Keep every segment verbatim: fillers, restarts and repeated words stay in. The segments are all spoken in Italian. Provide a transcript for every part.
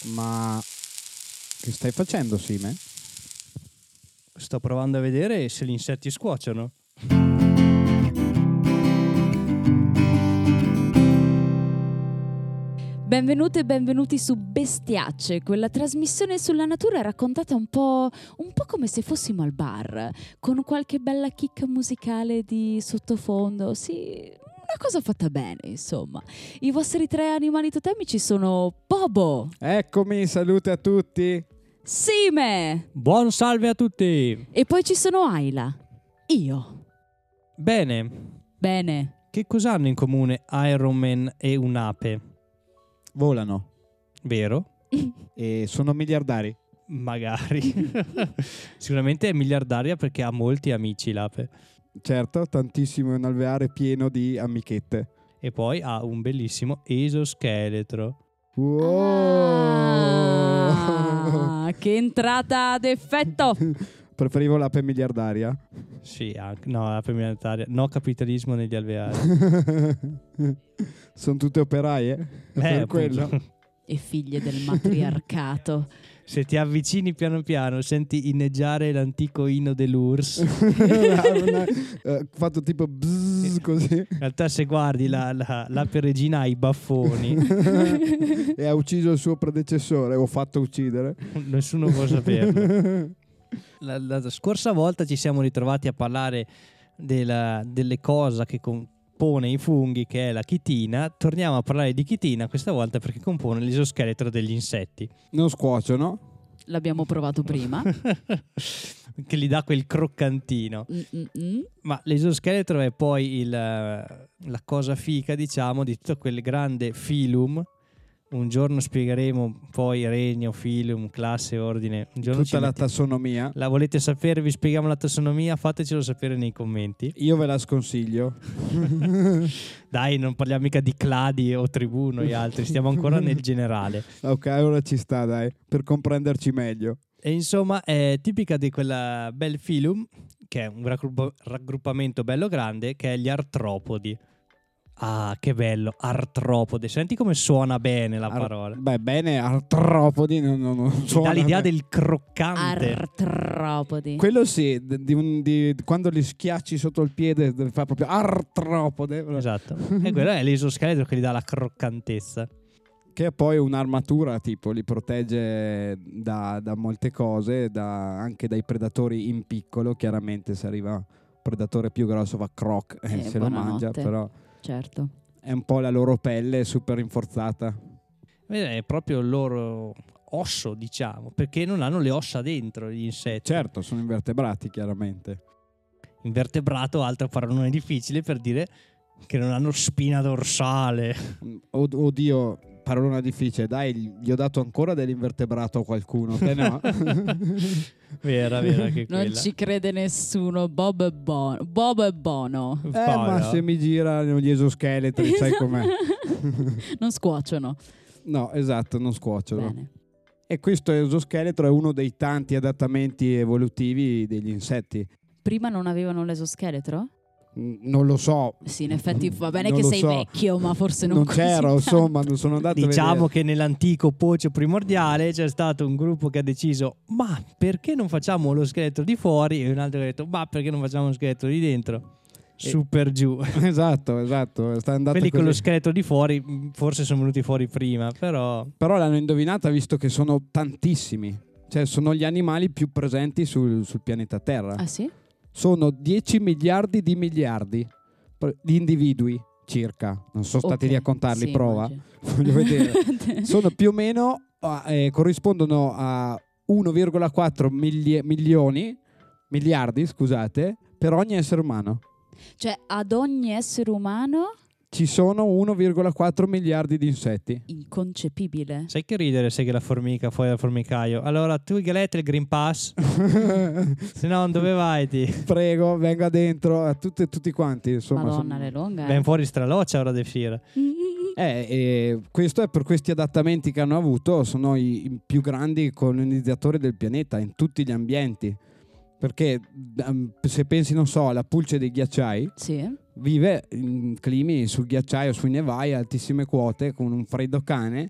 Ma che stai facendo, Sime? Sto provando a vedere se gli insetti scuociono. Benvenute e benvenuti su Bestiacce, quella trasmissione sulla natura raccontata un po', un po' come se fossimo al bar, con qualche bella chicca musicale di sottofondo, sì, una cosa fatta bene, insomma. I vostri tre animali totemici sono Bobo. Eccomi, salute a tutti. Sime. Buon salve a tutti. E poi ci sono Ayla. Io. Bene. Bene. Che cosa hanno in comune Iron Man e un'ape? Volano. Vero? E sono miliardari. Magari. Sicuramente è miliardaria perché ha molti amici l'ape. Certo, tantissimo, è un alveare pieno di amichette. E poi ha un bellissimo esoscheletro. Wow! Ah, che entrata ad effetto! Preferivo l'ape miliardaria. Sì, anche, no, l'ape miliardaria. No capitalismo negli alveari. Sono tutte operaie? Eh, per quello. E figlie del matriarcato. Se ti avvicini piano piano senti inneggiare l'antico inno dell'U R S S. Una, uh, fatto tipo bzzz, così. In realtà se guardi la, la, l'ape regina ha i baffoni. E ha ucciso il suo predecessore, o fatto uccidere. Nessuno può saperlo. La, la scorsa volta ci siamo ritrovati a parlare della, delle cose che compone i funghi, che è la chitina. Torniamo a parlare di chitina questa volta perché compone l'esoscheletro degli insetti. Non scuociono. L'abbiamo provato prima. Che gli dà quel croccantino. Mm-mm. Ma l'esoscheletro è poi il, la cosa fica, diciamo, di tutto quel grande filum. Un giorno spiegheremo poi regno, filum, classe, ordine. Un giorno Tutta la metti... tassonomia. La volete sapere? Vi spieghiamo la tassonomia? Fatecelo sapere nei commenti. Io ve la sconsiglio. Dai, non parliamo mica di cladi o tribuno e altri, stiamo ancora nel generale. Ok, ora ci sta, dai, per comprenderci meglio. E insomma è tipica di quella bel filum, che è un raggruppa- raggruppamento bello grande, che è gli artropodi. Ah, che bello, artropode. Senti come suona bene la Ar- parola. Beh, bene, artropodi non, non, non Ti suona dà l'idea bene. del croccante. Artropodi. Quello sì, di un, di, quando li schiacci sotto il piede fa proprio artropode. Esatto. E quello è l'esoscheletro che gli dà la croccantezza. Che è poi un'armatura, tipo, li protegge da, da molte cose, da, anche dai predatori in piccolo. Chiaramente se arriva un predatore più grosso fa croc e Eh, se lo mangia, buonanotte. però Certo. è un po' la loro pelle super rinforzata. È proprio il loro osso, diciamo, perché non hanno le ossa dentro gli insetti. Certo, sono invertebrati, chiaramente. Invertebrato, altra parola difficile per dire che non hanno spina dorsale. Od- oddio, parolona difficile. Dai, gli ho dato ancora dell'invertebrato a qualcuno. Te no? Vera, vera che Non quella. ci crede nessuno. Bob è buono. Bob è buono. Eh, Poi, ma no? se mi girano gli esoscheletri, sai com'è? Non scuociono. No, esatto, non scuociono. Bene. E questo esoscheletro è uno dei tanti adattamenti evolutivi degli insetti. Prima non avevano l'esoscheletro? Mm, Non lo so. Sì, in effetti va bene Non che lo sei so. vecchio, ma forse non, Non così c'ero, tanto. insomma, non sono andato a Diciamo vedere. che nell'antico pocio primordiale c'è stato un gruppo che ha deciso: ma perché non facciamo lo scheletro di fuori? E un altro che ha detto: ma perché non facciamo lo scheletro di dentro? Super giù. Esatto, esatto. Sta andando Quelli con lo così. scheletro di fuori mh, forse sono venuti fuori prima, però Però l'hanno indovinata visto che sono tantissimi. Cioè, sono gli animali più presenti sul, sul pianeta Terra. Ah sì? Sono dieci miliardi di miliardi di individui circa. Non sono stati Ok, lì a contarli, sì, prova. immagino. Voglio vedere. Sono più o meno eh, corrispondono a uno virgola quattro migli- milioni miliardi, scusate, per ogni essere umano. Cioè, ad ogni essere umano Ci sono uno virgola quattro miliardi di insetti. inconcepibile. sai che ridere se che la formica fuori dal formicaio. Allora tu Galette il Green Pass, se no dove vai ti? Prego, venga dentro a tutte, tutti quanti. Insomma, Madonna, son- le longa. Ben fuori straloccia ora de fiera. Eh, e questo è per questi adattamenti che hanno avuto, sono i, i più grandi colonizzatori del pianeta in tutti gli ambienti. Perché um, se pensi, non so, alla pulce dei ghiacciai, Sì. vive in climi sul ghiacciaio, sui nevai a altissime quote, con un freddo cane,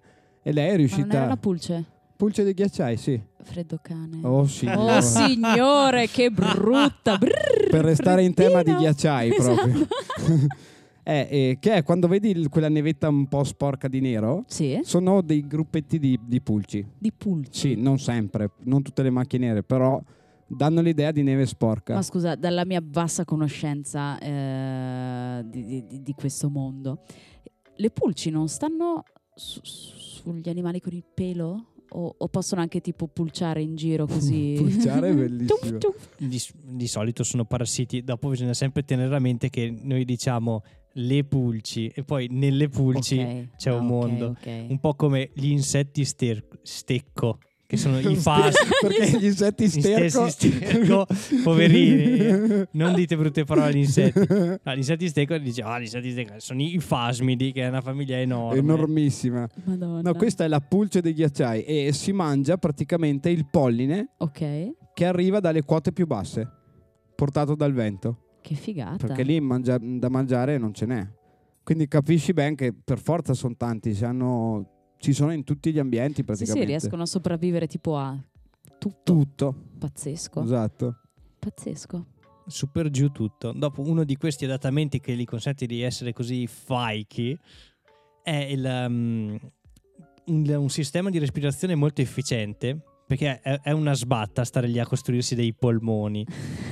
E lei è Ma non era riuscita... una pulce? Pulce dei ghiacciai, sì. Freddo cane. Oh signore. Oh signore, che brutta. Brrr, Per restare in tema di freddino. ghiacciai proprio. Esatto. eh, eh, che è quando vedi il- quella nevetta un po' sporca di nero, Sì, sono dei gruppetti di, di pulci. di pulci. Sì, non sempre, non tutte le macchie nere, però danno l'idea di neve sporca. Ma scusa, dalla mia bassa conoscenza eh, di, di- di questo mondo, le pulci non stanno su- sugli animali con il pelo? O, o possono anche tipo pulciare in giro così? Pulciare è bellissimo. Tuf, tuf. Di, di solito sono parassiti. Dopo bisogna sempre tenere a mente che noi diciamo le pulci e poi nelle pulci Ok, c'è un ok, mondo. ok. Un po' come gli insetti ster- stecco, che sono i fas. Perché gli insetti Gli sterco, stessi sterco, poverini, non dite brutte parole agli insetti. No, gli insetti stecco dice, ah, gli insetti stecco sono i fasmidi, che è una famiglia enorme. enormissima. Madonna. No, questa è la pulce dei ghiacciai e si mangia praticamente il polline Ok, che arriva dalle quote più basse, portato dal vento, che figata. perché lì mangia- da mangiare non ce n'è. Quindi capisci ben che per forza sono tanti, se hanno- ci sono in tutti gli ambienti Sì, sì, praticamente. riescono a sopravvivere tipo a tutto. Tutto, Pazzesco. esatto. Pazzesco. Super giù tutto. Dopo uno di questi adattamenti che gli consente di essere così faiky è il, um, un, un sistema di respirazione molto efficiente, perché è, è una sbatta stare lì a costruirsi dei polmoni.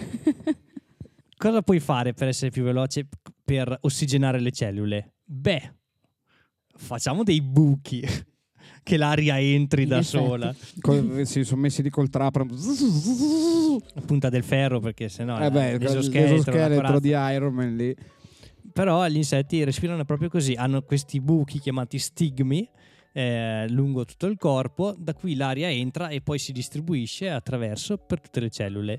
Cosa puoi fare per essere più veloce per ossigenare le cellule? Beh, facciamo dei buchi che l'aria entri In da effetti. sola. Co- si sono messi lì col trapano. Punta del ferro, perché sennò eh beh, l'esoscheletro, l'esoscheletro la corazza. di Iron Man lì. Però gli insetti respirano proprio così, hanno questi buchi chiamati stigmi eh, lungo tutto il corpo, da cui l'aria entra e poi si distribuisce attraverso per tutte le cellule.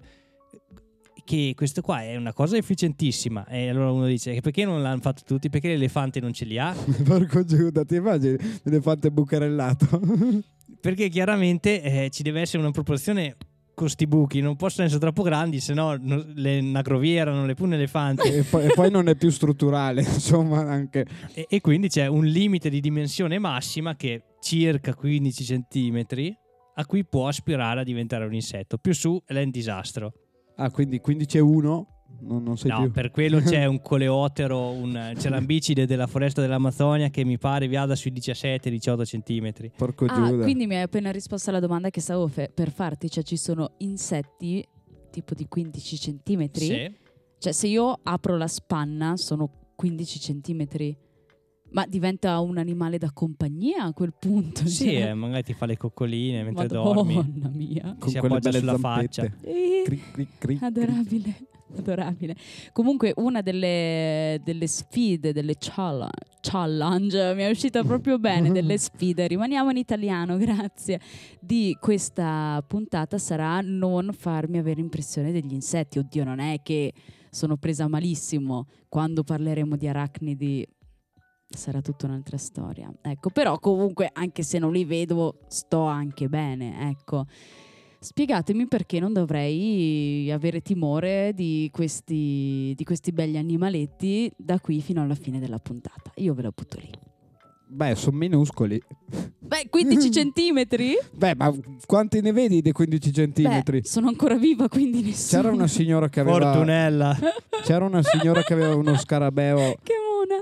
Che questo qua è una cosa efficientissima. E allora uno dice: perché non l'hanno fatto tutti? Perché l'elefante non ce li ha? Porco Giuda, ti immagini l'elefante bucherellato? Perché chiaramente eh, ci deve essere una proporzione con sti buchi, non possono essere troppo grandi, se no no, le nagroviera non le pune elefante. e, poi, e poi non è più strutturale, insomma, anche. e, e quindi c'è un limite di dimensione massima che è circa quindici centimetri, a cui può aspirare a diventare un insetto. Più su è un disastro. Ah, quindi quindici e uno non, non sei No, più. per quello c'è un coleottero, un cerambicide della foresta dell'Amazzonia che mi pare vada sui diciassette diciotto centimetri. Porco Ah, Giuda. quindi mi hai appena risposto alla domanda che stavo fe- per farti, cioè ci sono insetti tipo di quindici centimetri? Sì. Cioè se io apro la spanna sono quindici centimetri, ma diventa un animale da compagnia a quel punto? Sì, cioè. eh, magari ti fa le coccoline mentre Madonna dormi, mia. Con si quelle appoggia belle sulla zampette. faccia. Eh, Cric, cric, cric, adorabile, adorabile. Comunque una delle, delle sfide, delle challa- challenge, mi è uscita proprio bene, delle sfide, rimaniamo in italiano, grazie, di questa puntata sarà non farmi avere impressione degli insetti. Oddio, non è che sono presa malissimo, quando parleremo di arachnidi sarà tutta un'altra storia, ecco. Però comunque anche se non li vedo sto anche bene, ecco. Spiegatemi perché non dovrei avere timore di questi, di questi belli animaletti da qui fino alla fine della puntata. Io ve la butto lì. Beh, sono minuscoli. Beh, quindici centimetri? Beh, ma quanti ne vedi dei quindici centimetri? Beh, sono ancora viva, quindi nessuno. C'era una signora che aveva Fortunella. C'era una signora che aveva uno scarabeo. Che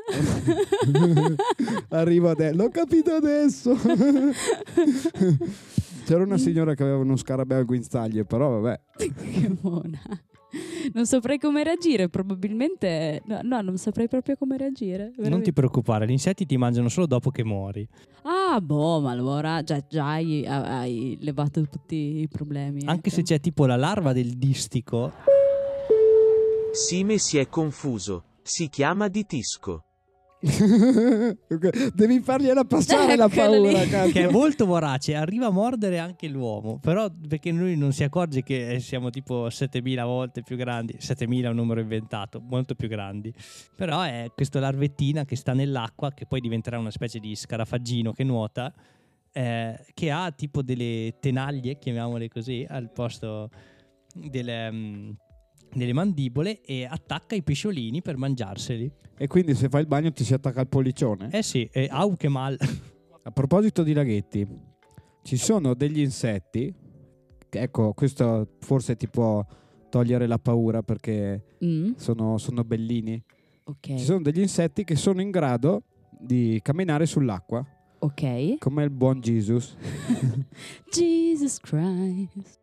mona! Arrivo adesso. L'ho capito adesso. C'era una signora che aveva uno scarabeo al guinzaglio, però vabbè. Che mona! Non saprei come reagire, probabilmente. No, no, non saprei proprio come reagire. Non veramente. ti preoccupare, gli insetti ti mangiano solo dopo che muori. Ah, boh, ma allora già, già hai, hai levato tutti i problemi. Anche ecco. se c'è tipo la larva del distico. Sime si è confuso. Si chiama ditisco. Devi fargliela passare la Eccola paura, lì. cazzo. Che è molto vorace, arriva a mordere anche l'uomo. Però perché lui non si accorge che siamo tipo settemila volte più grandi. settemila è un numero inventato, molto più grandi. Però è questa larvettina che sta nell'acqua, che poi diventerà una specie di scarafaggino che nuota, eh, che ha tipo delle tenaglie, chiamiamole così, al posto delle, mm, delle mandibole, e attacca i pesciolini per mangiarseli. E quindi se fai il bagno ti si attacca il pollicione? Eh sì, e au che mal. A proposito di laghetti, ci sono degli insetti, ecco, questo forse ti può togliere la paura perché Mm, sono, sono bellini. ok. Ci sono degli insetti che sono in grado di camminare sull'acqua, Ok. come il buon Jesus, Jesus Christ.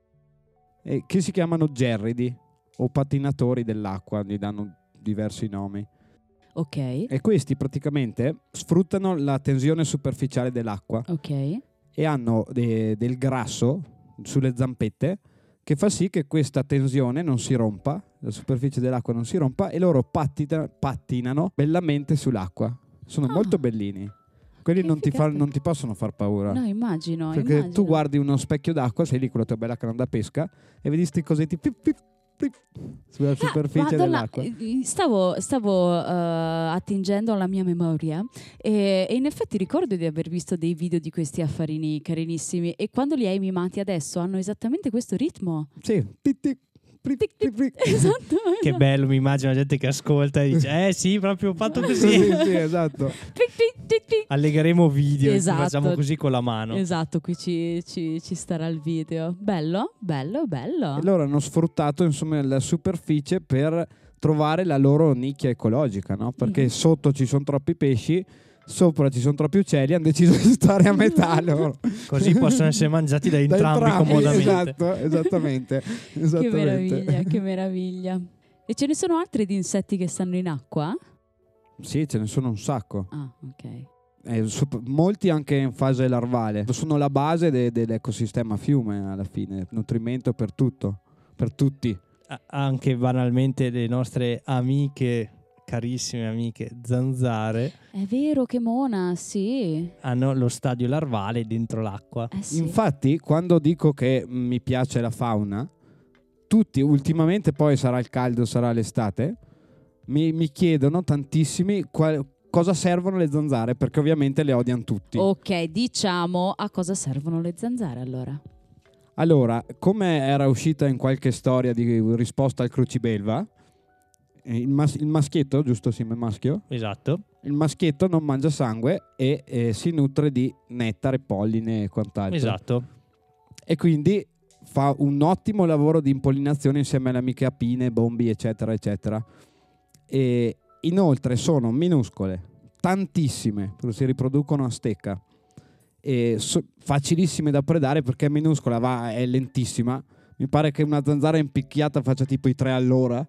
e che si chiamano gerridi o pattinatori dell'acqua, gli danno diversi nomi. Ok. E questi praticamente sfruttano la tensione superficiale dell'acqua Ok. e hanno de- del grasso sulle zampette che fa sì che questa tensione non si rompa, la superficie dell'acqua non si rompa e loro pattina- pattinano bellamente sull'acqua. Sono Ah. molto bellini. Quelli Che non ti, fa- figata. non ti possono far paura. No, immagino. Perché immagino. tu guardi uno specchio d'acqua, sei lì con la tua bella canna da pesca e vedi sti cosetti pip, pip, pip, sulla Ah, superficie Madonna, dell'acqua. eh, Stavo, stavo eh, attingendo alla mia memoria e, e in effetti ricordo di aver visto dei video di questi affarini carinissimi e quando li hai mimati adesso hanno esattamente questo ritmo. Sì, tic, tic, pric, Tic, tic, pric, pric. Esatto. Che bello, mi immagino la gente che ascolta e dice eh sì, proprio fatto Sì, così. sì, esatto. Tic, tic, tic, tic. Allegheremo video, Esatto. facciamo così con la mano. Esatto, qui ci, ci- ci starà il video. Bello, bello, bello. E loro hanno sfruttato insomma la superficie per trovare la loro nicchia ecologica, no? Perché Mhm. sotto ci sono troppi pesci, sopra ci sono troppi uccelli, hanno deciso di stare a metà loro. Così possono essere mangiati da entrambi, comodamente. Esatto, esattamente. Che esattamente. meraviglia, che meraviglia. E ce ne sono altri di insetti che stanno in acqua? Sì, ce ne sono un sacco. Ah, ok. Eh, sup- molti anche in fase larvale. Sono la base de- dell'ecosistema fiume alla fine, nutrimento per tutto, per tutti. A- Anche banalmente le nostre amiche, carissime amiche zanzare, È vero che mona, sì. hanno lo stadio larvale dentro l'acqua. Eh sì. Infatti, quando dico che mi piace la fauna, tutti ultimamente, poi sarà il caldo, sarà l'estate, mi, mi chiedono tantissimi qual- cosa servono le zanzare, perché ovviamente le odiano tutti. Ok, diciamo a cosa servono le zanzare allora. Allora, come era uscita in qualche storia di risposta al crucibelva, eh, il, mas- il maschietto, giusto Sim, il maschio? Esatto. Il maschietto non mangia sangue e eh, si nutre di nettare, polline e quant'altro. Esatto. E quindi fa un ottimo lavoro di impollinazione insieme alle amiche apine, bombi, eccetera, eccetera. E inoltre sono minuscole, tantissime, perché si riproducono a stecca. E so- facilissime da predare perché è minuscola, va, è lentissima. Mi pare che una zanzara impicchiata faccia tipo i tre all'ora.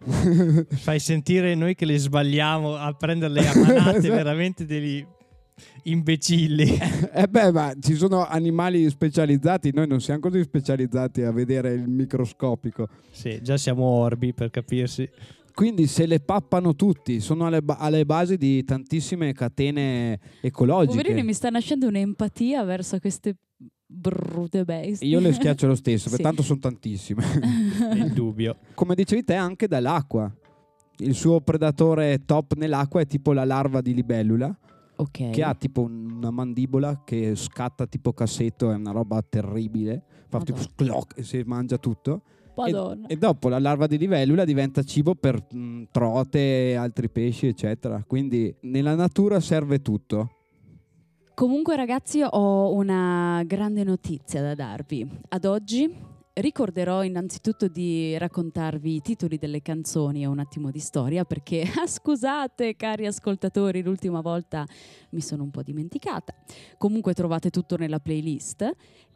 Fai sentire noi che le sbagliamo a prenderle a manate, Esatto. veramente degli imbecilli. Eh beh, ma ci sono animali specializzati, noi non siamo così specializzati a vedere il microscopico. Sì, già siamo orbi per capirsi. Quindi se le pappano tutti, sono alle, ba- alle basi di tantissime catene ecologiche. Poverini, mi sta nascendo un'empatia verso queste brutte bestie. Io le schiaccio lo stesso, perché Sì. tanto sono tantissime. Nel dubbio. Come dicevi te, anche dall'acqua. Il suo predatore top nell'acqua è tipo la larva di libellula, Ok. che ha tipo un- una mandibola che scatta tipo cassetto, è una roba terribile. Fa tipo Madonna. scloc e si mangia tutto. Madonna. E, e dopo la larva di libellula diventa cibo per mh, trote, altri pesci, eccetera. Quindi nella natura serve tutto. Comunque ragazzi, ho una grande notizia da darvi. Ad oggi ricorderò innanzitutto di raccontarvi i titoli delle canzoni e un attimo di storia perché, ah, scusate cari ascoltatori, l'ultima volta mi sono un po' dimenticata. Comunque trovate tutto nella playlist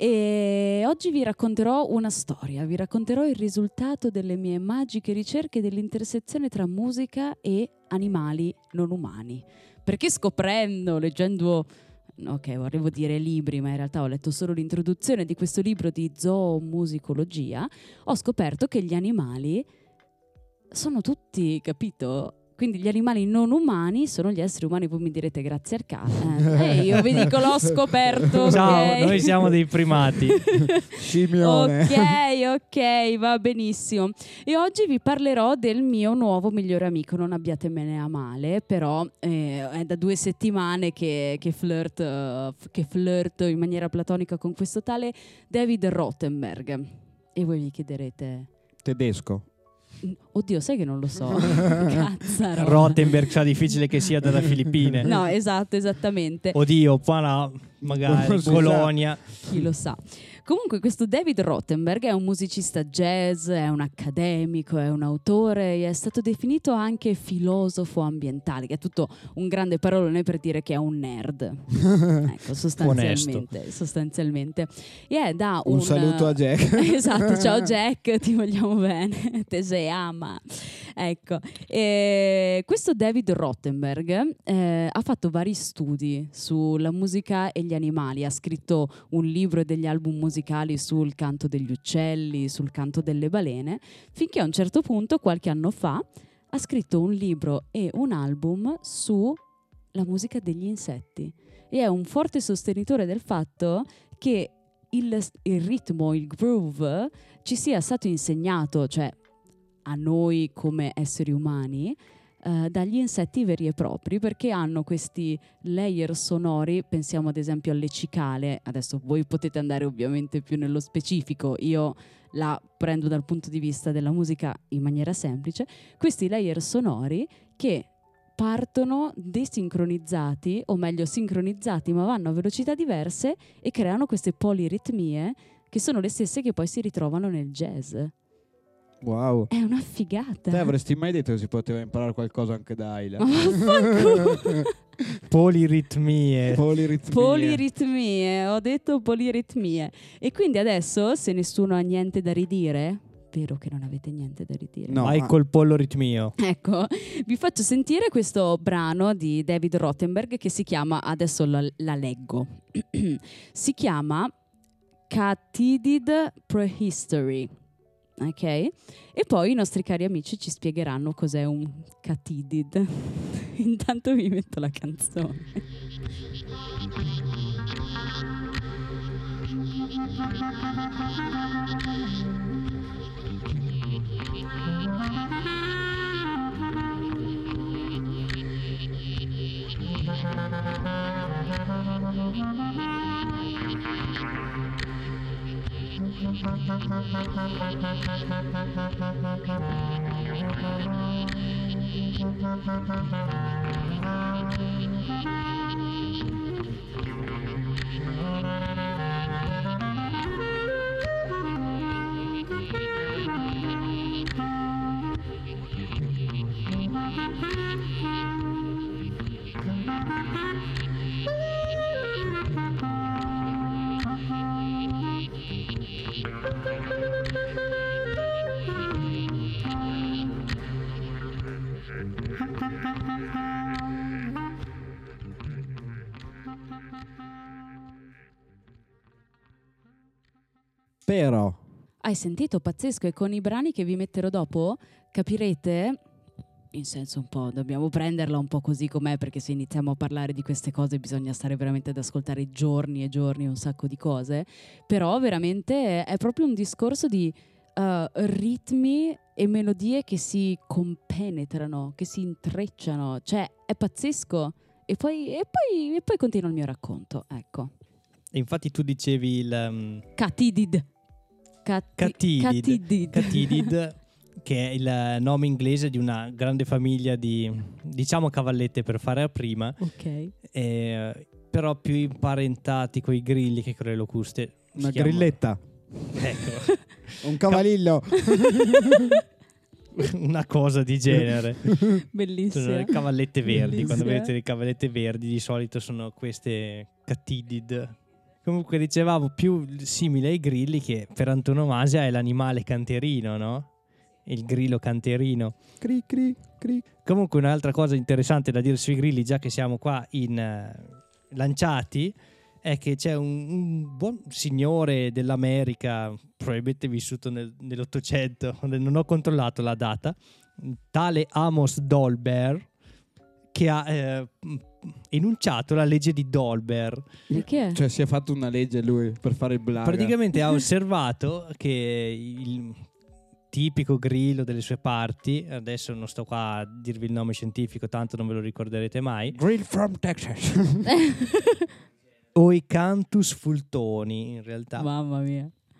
e oggi vi racconterò una storia, vi racconterò il risultato delle mie magiche ricerche dell'intersezione tra musica e animali non umani. Perché scoprendo, leggendo... ok, volevo dire libri, ma in realtà ho letto solo l'introduzione di questo libro di zoomusicologia, ho scoperto che gli animali sono tutti, capito? Quindi gli animali non umani sono gli esseri umani. Voi mi direte grazie al cazzo. Eh, io vi dico l'ho scoperto. Ciao, ok? noi siamo dei primati. Scimione. Ok, ok, va benissimo. E oggi vi parlerò del mio nuovo migliore amico. Non abbiatemene a male, però eh, è da due settimane che, che, flirt, eh, che flirt in maniera platonica con questo tale David Rothenberg. E voi vi chiederete... Tedesco. Oddio, sai che non lo so. Cazzarola. Rothenberg sa difficile che sia dalle Filippine. No, esatto, esattamente. Oddio, qua no, magari Si Colonia. Chi lo sa. Comunque questo David Rothenberg è un musicista jazz, è un accademico, è un autore, è stato definito anche filosofo ambientale, che è tutto un grande parolone per dire che è un nerd. Ecco, sostanzialmente, sostanzialmente. E è da un, Un saluto a Jack. Esatto, ciao Jack, ti vogliamo bene, te sei ama. Ecco, e questo David Rothenberg eh, ha fatto vari studi sulla musica e gli animali, ha scritto un libro e degli album musicali sul canto degli uccelli, sul canto delle balene, finché a un certo punto, qualche anno fa, ha scritto un libro e un album sulla musica degli insetti e è un forte sostenitore del fatto che il, il ritmo, il groove ci sia stato insegnato, cioè a noi come esseri umani, Uh, dagli insetti veri e propri, perché hanno questi layer sonori. Pensiamo ad esempio alle cicale. Adesso voi potete andare ovviamente più nello specifico, io la prendo dal punto di vista della musica in maniera semplice. Questi layer sonori che partono desincronizzati, o meglio sincronizzati, ma vanno a velocità diverse e creano queste poliritmie che sono le stesse che poi si ritrovano nel jazz. Wow. È una figata. Te avresti mai detto che si poteva imparare qualcosa anche da Ayla? Poliritmie. Poliritmie. Poliritmie, ho detto poliritmie. E quindi adesso, se nessuno ha niente da ridire, vero che non avete niente da ridire? No. Vai col pollo ritmio. Ecco, vi faccio sentire questo brano di David Rothenberg che si chiama, adesso la, la leggo, si chiama Catidid Prehistory. Ok? E poi i nostri cari amici ci spiegheranno cos'è un catidid. Intanto vi metto la canzone. Però Hai sentito? Pazzesco. E con i brani che vi metterò dopo capirete, in senso un po', dobbiamo prenderla un po' così com'è, perché se iniziamo a parlare di queste cose bisogna stare veramente ad ascoltare giorni e giorni un sacco di cose, però veramente è proprio un discorso di uh, ritmi e melodie che si compenetrano, che si intrecciano, cioè è pazzesco. E poi, e poi, e poi continua il mio racconto, ecco. E infatti tu dicevi il um, Catidid. Cati- Catidid. Catidid. Catidid, che è il nome inglese di una grande famiglia di, diciamo, cavallette per fare a prima, Ok. eh, però più imparentati coi grilli che con le locuste. Si una chiama- grilletta, Ecco, un cavalillo. una cosa di genere. Sono Bellissimo. le cavallette verdi. Bellissima. Quando vedete le cavallette verdi di solito sono queste Catidid. Comunque dicevamo più simile ai grilli, che per antonomasia è l'animale canterino, no? Il grillo canterino. Cri cri cri. Comunque un'altra cosa interessante da dire sui grilli, già che siamo qua in uh, lanciati, è che c'è un, un buon signore dell'America, probabilmente vissuto nel, nell'Ottocento, non ho controllato la data, tale Amos Dolbear, che ha eh, enunciato la legge di Dolbear. Perché? Cioè si è fatto una legge lui per fare il blaga. Praticamente ha osservato che il tipico grillo delle sue parti, adesso non sto qua a dirvi il nome scientifico, tanto non ve lo ricorderete mai, Grill from Texas. Oecanthus fultoni in realtà. Mamma mia.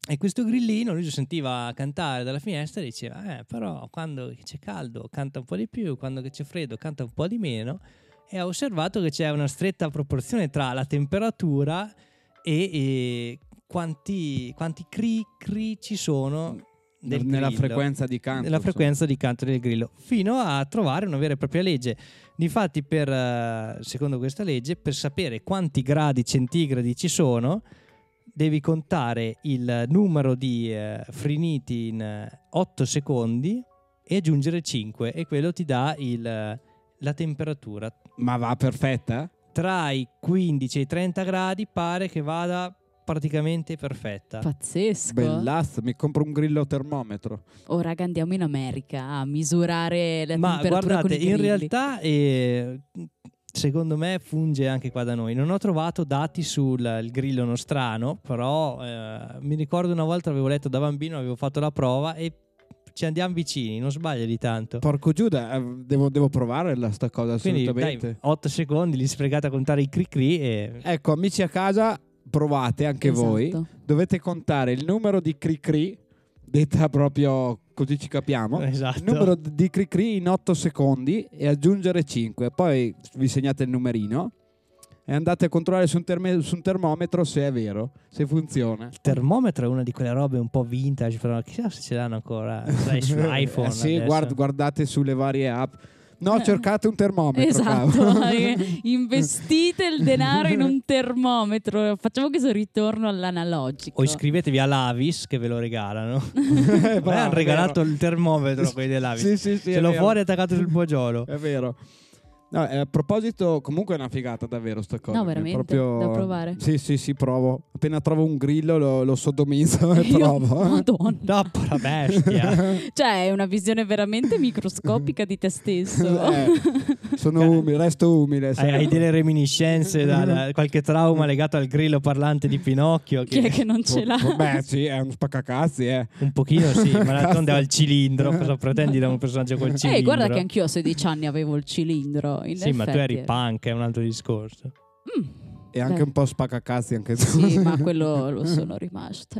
E questo grillino lui si sentiva cantare dalla finestra e diceva: eh, però quando c'è caldo canta un po' di più, quando c'è freddo canta un po' di meno. E ha osservato che c'è una stretta proporzione tra la temperatura e, e quanti, quanti cri cri ci sono del nella grillo, frequenza di canto. nella frequenza di canto del grillo, fino a trovare una vera e propria legge. Difatti, per, eh, secondo questa legge, per sapere quanti gradi centigradi ci sono, devi contare il numero di eh, friniti in eh, otto secondi e aggiungere cinque, e quello ti dà il, la temperatura. Ma va perfetta? Tra i quindici e i trenta gradi pare che vada praticamente perfetta. Pazzesco. Bellazzo, mi compro un grillo termometro. Oh raga, andiamo in America a misurare la Ma temperatura guardate, con i in grilli. realtà eh, secondo me funge anche qua da noi. Non ho trovato dati sul il grillo nostrano, però eh, mi ricordo una volta avevo letto da bambino, avevo fatto la prova e ci andiamo vicini, non sbaglio di tanto. Porco Giuda, eh, devo, devo provare la, sta cosa Quindi assolutamente. dai, otto secondi li sfregate a contare i cri cri e... Ecco, amici a casa, provate anche Esatto. voi. Dovete contare il numero di cri cri, detta proprio così ci capiamo. Esatto. Il numero di cri cri in otto secondi e aggiungere cinque. Poi vi segnate il numerino e andate a controllare su un, terme- su un termometro se è vero, se funziona. Il termometro è una di quelle robe un po' vintage, però chissà se ce l'hanno ancora, sai, su iPhone. Eh sì, adesso. guard- guardate sulle varie app. No, cercate un termometro. Esatto, cavolo. investite il denaro in un termometro, facciamo questo ritorno all'analogico. O iscrivetevi all'Avis che ve lo regalano. Eh, A me hanno bravo, regalato vero. il termometro quelli dell'Avis. Sì, sì, sì, Ce è l'ho vero. fuori attaccato sul poggiolo. È vero. No, eh, a proposito, comunque è una figata davvero sta cosa. No, Mi è veramente, proprio... da provare. Sì, sì, sì, provo. Appena trovo un grillo lo, lo sodomizzo e Io- provo. Madonna. No, la bestia. Cioè, è una visione veramente microscopica di te stesso. Eh, sono umile, resto umile. Hai, sai. hai delle reminiscenze da, da qualche trauma legato al grillo parlante di Pinocchio? Chi è che non ce l'ha? Beh, sì, è un spaccacazzi, eh. Un pochino sì, ma d'altronde ha il cilindro. Cosa pretendi da un personaggio col cilindro? Eh, guarda che anch'io a sedici anni avevo il cilindro. In Sì, ma tu eri effetti. punk, è un altro discorso. Mm, E anche beh. un po' spaccacazzi anche tu. Sì, ma quello lo sono rimasta.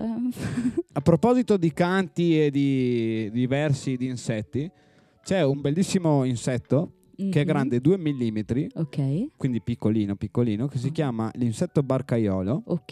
A proposito di canti e di, di versi di insetti, c'è un bellissimo insetto che è Mhm. grande due millimetri, Ok, quindi piccolino piccolino, che si chiama l'insetto barcaiolo, ok.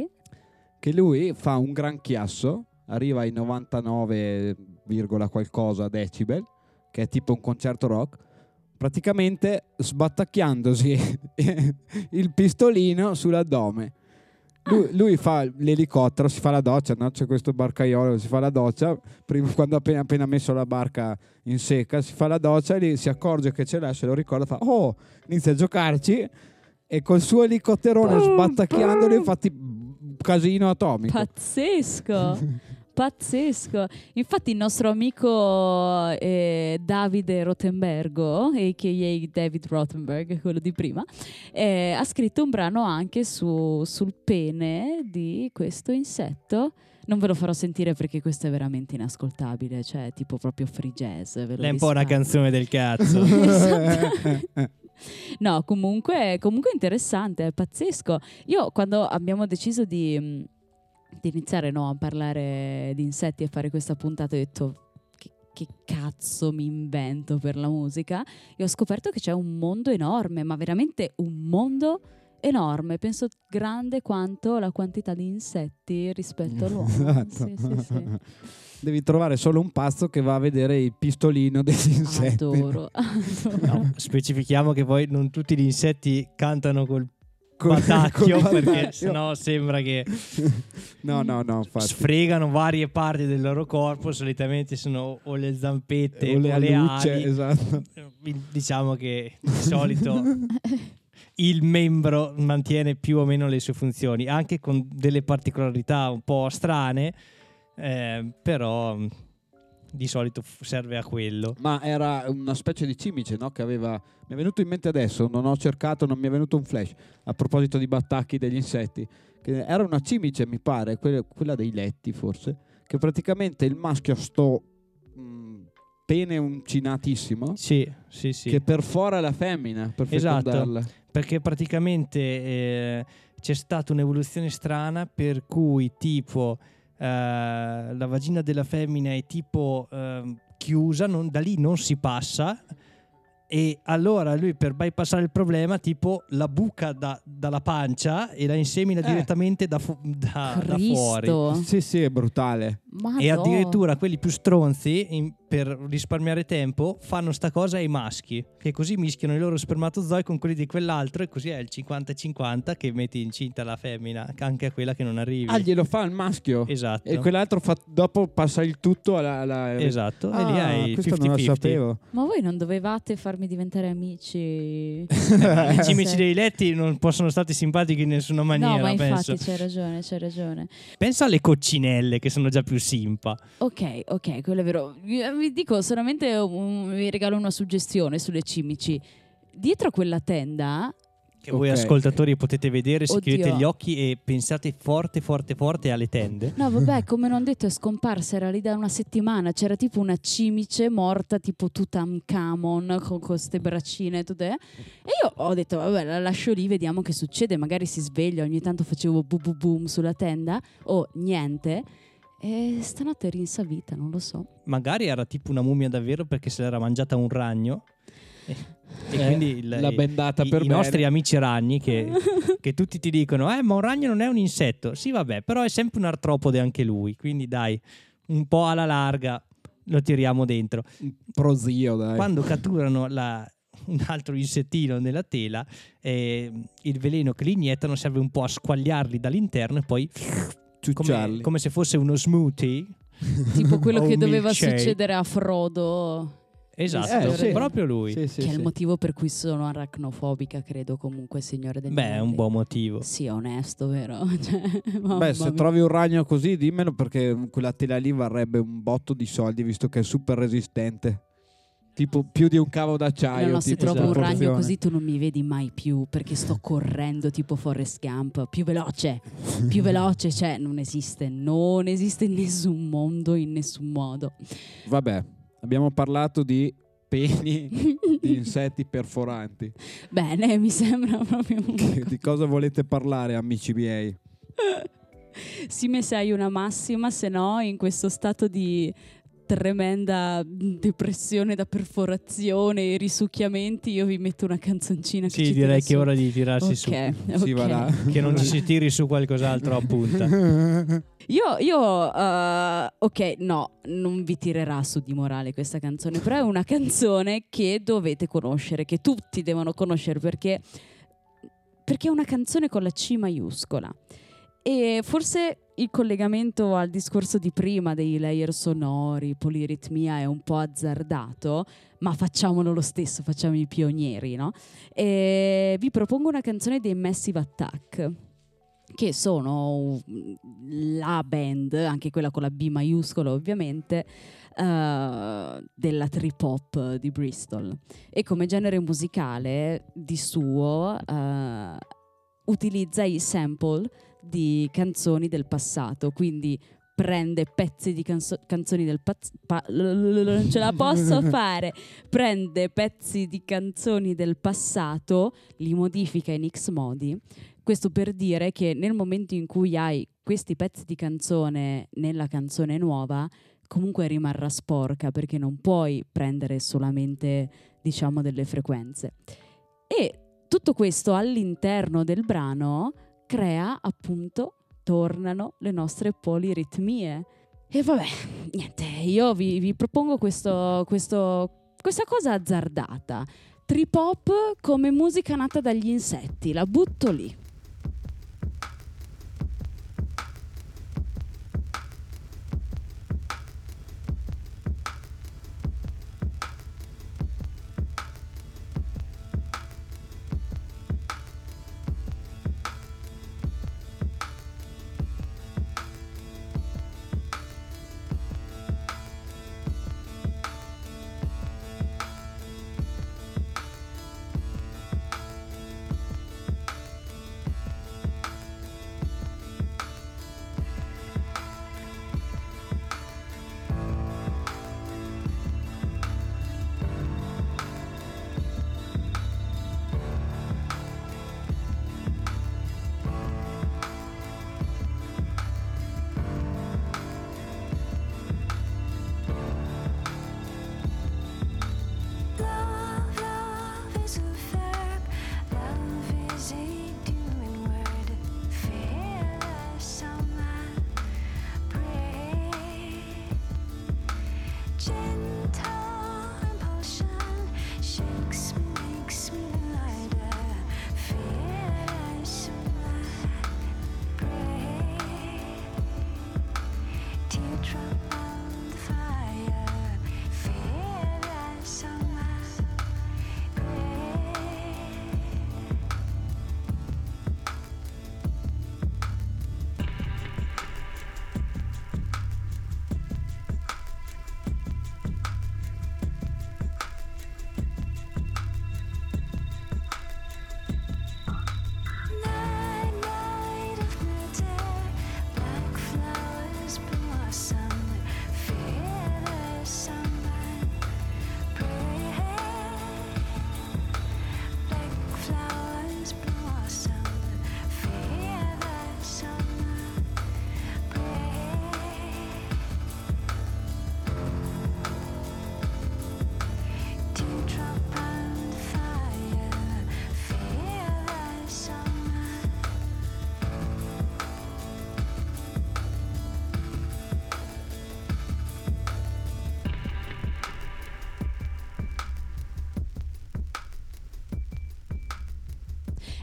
che lui fa un gran chiasso, arriva ai novantanove, qualcosa decibel, che è tipo un concerto rock, praticamente sbattacchiandosi il pistolino sull'addome. Lui, lui fa l'elicottero, si fa la doccia, no? C'è questo barcaiolo, si fa la doccia, prima, quando ha appena, appena messo la barca in secca, si fa la doccia e lì si accorge che ce l'ha, se lo ricorda, fa oh, inizia a giocarci e col suo elicotterone sbattacchiandoli infatti casino atomico. Pazzesco. Pazzesco. Infatti il nostro amico eh, Davide Rothenbergo, a k a. David Rothenberg, quello di prima, eh, ha scritto un brano anche su, sul pene di questo insetto. Non ve lo farò sentire perché questo è veramente inascoltabile, cioè tipo proprio free jazz. Ve lo È un po' una risparmio. canzone del cazzo. Esatto. No, comunque, comunque interessante, è pazzesco. Io quando abbiamo deciso di, mh, di iniziare no, a parlare di insetti e fare questa puntata, ho detto che, che cazzo mi invento per la musica, e ho scoperto che c'è un mondo enorme, ma veramente un mondo enorme, penso grande quanto la quantità di insetti rispetto all'uomo. Esatto. Sì, sì, sì. Devi trovare solo un pazzo che va a vedere il pistolino degli insetti. Adoro, adoro. No, specifichiamo che poi non tutti gli insetti cantano col Col- batacchio, col perché batacchio. sennò sembra che No, no, no, infatti. sfregano varie parti del loro corpo, solitamente sono o le zampette O o le le, alucce, ali. esatto. Diciamo che di solito il membro mantiene più o meno le sue funzioni, anche con delle particolarità un po' strane, eh, però di solito f- serve a quello. Ma era una specie di cimice, no? Che aveva... Mi è venuto in mente adesso, non ho cercato, non mi è venuto un flash, a proposito di battacchi degli insetti. Che era una cimice, mi pare, quella, quella dei letti forse, che praticamente il maschio ha sto mh, pene uncinatissimo, Sì, sì, sì. che perfora la femmina per Esatto. fecondarla. Perché praticamente eh, c'è stata un'evoluzione strana per cui tipo eh, la vagina della femmina è tipo eh, chiusa, non, da lì non si passa, e allora lui per bypassare il problema tipo la buca da, dalla pancia e la insemina Eh. direttamente da, fu- da, da fuori. Cristo. Sì, sì, è brutale. Madò. E addirittura quelli più stronzi, in- per risparmiare tempo, fanno sta cosa ai maschi, che così mischiano i loro spermatozoi con quelli di quell'altro, e così è il cinquanta cinquanta, che metti incinta la femmina, anche a quella che non arrivi. Ah, glielo fa il maschio. Esatto. E quell'altro fa, dopo passa il tutto alla... alla... Esatto, Ah, e lì hai il questo non lo cinquanta cinquanta. sapevo. Ma voi non dovevate farmi diventare amici? I cimici Sì. dei letti non possono stati simpatici in nessuna maniera, No, ma infatti penso. c'hai ragione, c'hai ragione. Pensa alle coccinelle, che sono già più simpa. Ok, ok, quello è vero. Vi vi dico solamente, un- vi regalo una suggestione sulle cimici. Dietro a quella tenda, Che voi Ok. ascoltatori potete vedere se Oddio. chiudete gli occhi e pensate forte, forte, forte alle tende. no vabbè, come non detto è scomparsa, era lì da una settimana, c'era tipo una cimice morta tipo Tutankhamon con queste braccine e tutte. E io ho detto vabbè, la lascio lì, vediamo che succede, magari si sveglia, ogni tanto facevo bu bu boom sulla tenda o niente. E stanotte è rinsavita, non lo so. Magari era tipo una mummia davvero, perché se l'era mangiata un ragno. E, e Eh, quindi il- l'ha bendata i, per i bene. nostri amici ragni che, che tutti ti dicono eh ma un ragno non è un insetto. Sì vabbè, però è sempre un artropode anche lui, quindi dai, un po' alla larga lo tiriamo dentro. Prozio, dai. Quando catturano la- un altro insettino nella tela, eh, il veleno che li iniettano serve un po' a squagliarli dall'interno e poi come, Ciucciarli. come se fosse uno smoothie. Tipo quello O che un doveva milkshake. succedere a Frodo. Esatto, Eh, sì. proprio lui. Sì, sì, Che è sì. il motivo per cui sono aracnofobica, credo, comunque, Signore degli Beh, è un Anelli. buon motivo. Sì, è onesto, vero? Cioè, mamma Beh, se mia. trovi un ragno così, dimmelo, perché quella tela lì varrebbe un botto di soldi, visto che è super resistente. Tipo più di un cavo d'acciaio. No, no, se tipo trovo un esatto. ragno proporzione. così tu non mi vedi mai più, perché sto correndo tipo Forrest Gump, più veloce, più veloce, cioè non esiste, non esiste in nessun mondo, in nessun modo. Vabbè, abbiamo parlato di peni di insetti perforanti. Bene, mi sembra proprio un... Che- di cosa volete parlare, amici miei? Sì, me sei una massima, se no in questo stato di tremenda depressione da perforazione e risucchiamenti io vi metto una canzoncina che Sì, ci direi tira che è su. ora di tirarsi su. Ok, Si va ok. là. Che non ci si tiri su qualcos'altro a punta. Io, io eh, ok, no, non vi tirerà su di morale questa canzone, però è una canzone che dovete conoscere, che tutti devono conoscere, perché, perché è una canzone con la C maiuscola. E forse il collegamento al discorso di prima dei layer sonori, poliritmia, è un po' azzardato, ma facciamolo lo stesso, facciamo i pionieri, no? E vi propongo una canzone dei Massive Attack, che sono la band, anche quella con la B maiuscola ovviamente, uh, della trip hop di Bristol. E come genere musicale di suo uh, utilizza i sample di canzoni del passato, quindi prende pezzi di canzo- canzoni del paz- pa- non ce la posso fare prende pezzi di canzoni del passato, li modifica in X modi. Questo per dire che nel momento in cui hai questi pezzi di canzone nella canzone nuova, comunque rimarrà sporca, perché non puoi prendere solamente, diciamo, delle frequenze. E tutto questo all'interno del brano crea, appunto, tornano le nostre poliritmie. E vabbè, niente, io vi, vi propongo questo, questo, questa cosa azzardata. Trip hop come musica nata dagli insetti, la butto lì.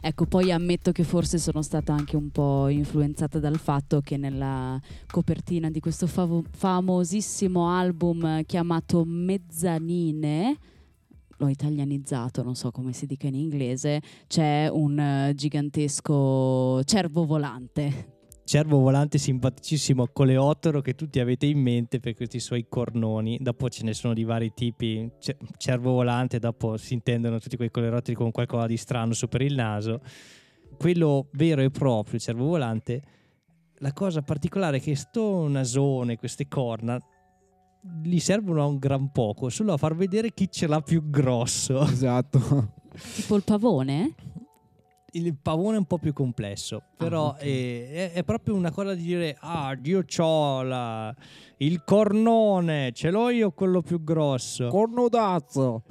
Ecco, poi ammetto che forse sono stata anche un po' influenzata dal fatto che nella copertina di questo favo- famosissimo album chiamato Mezzanine, l'ho italianizzato, non so come si dica in inglese, c'è un uh, gigantesco cervo volante. Cervo volante simpaticissimo coleottero che tutti avete in mente per questi suoi cornoni. Dopo ce ne sono di vari tipi. C- cervo volante, dopo si intendono tutti quei coleotteri con qualcosa di strano su per il naso. Quello vero e proprio, il cervo volante, la cosa particolare è che sto nasone, queste corna, gli servono a un gran poco, solo a far vedere chi ce l'ha più grosso. Esatto. Tipo il pavone? Il pavone è un po' più complesso, però Ah, okay. è, è, è proprio una cosa di dire: ah, io c'ho la, il cornone, ce l'ho io quello più grosso. Cornodazzo.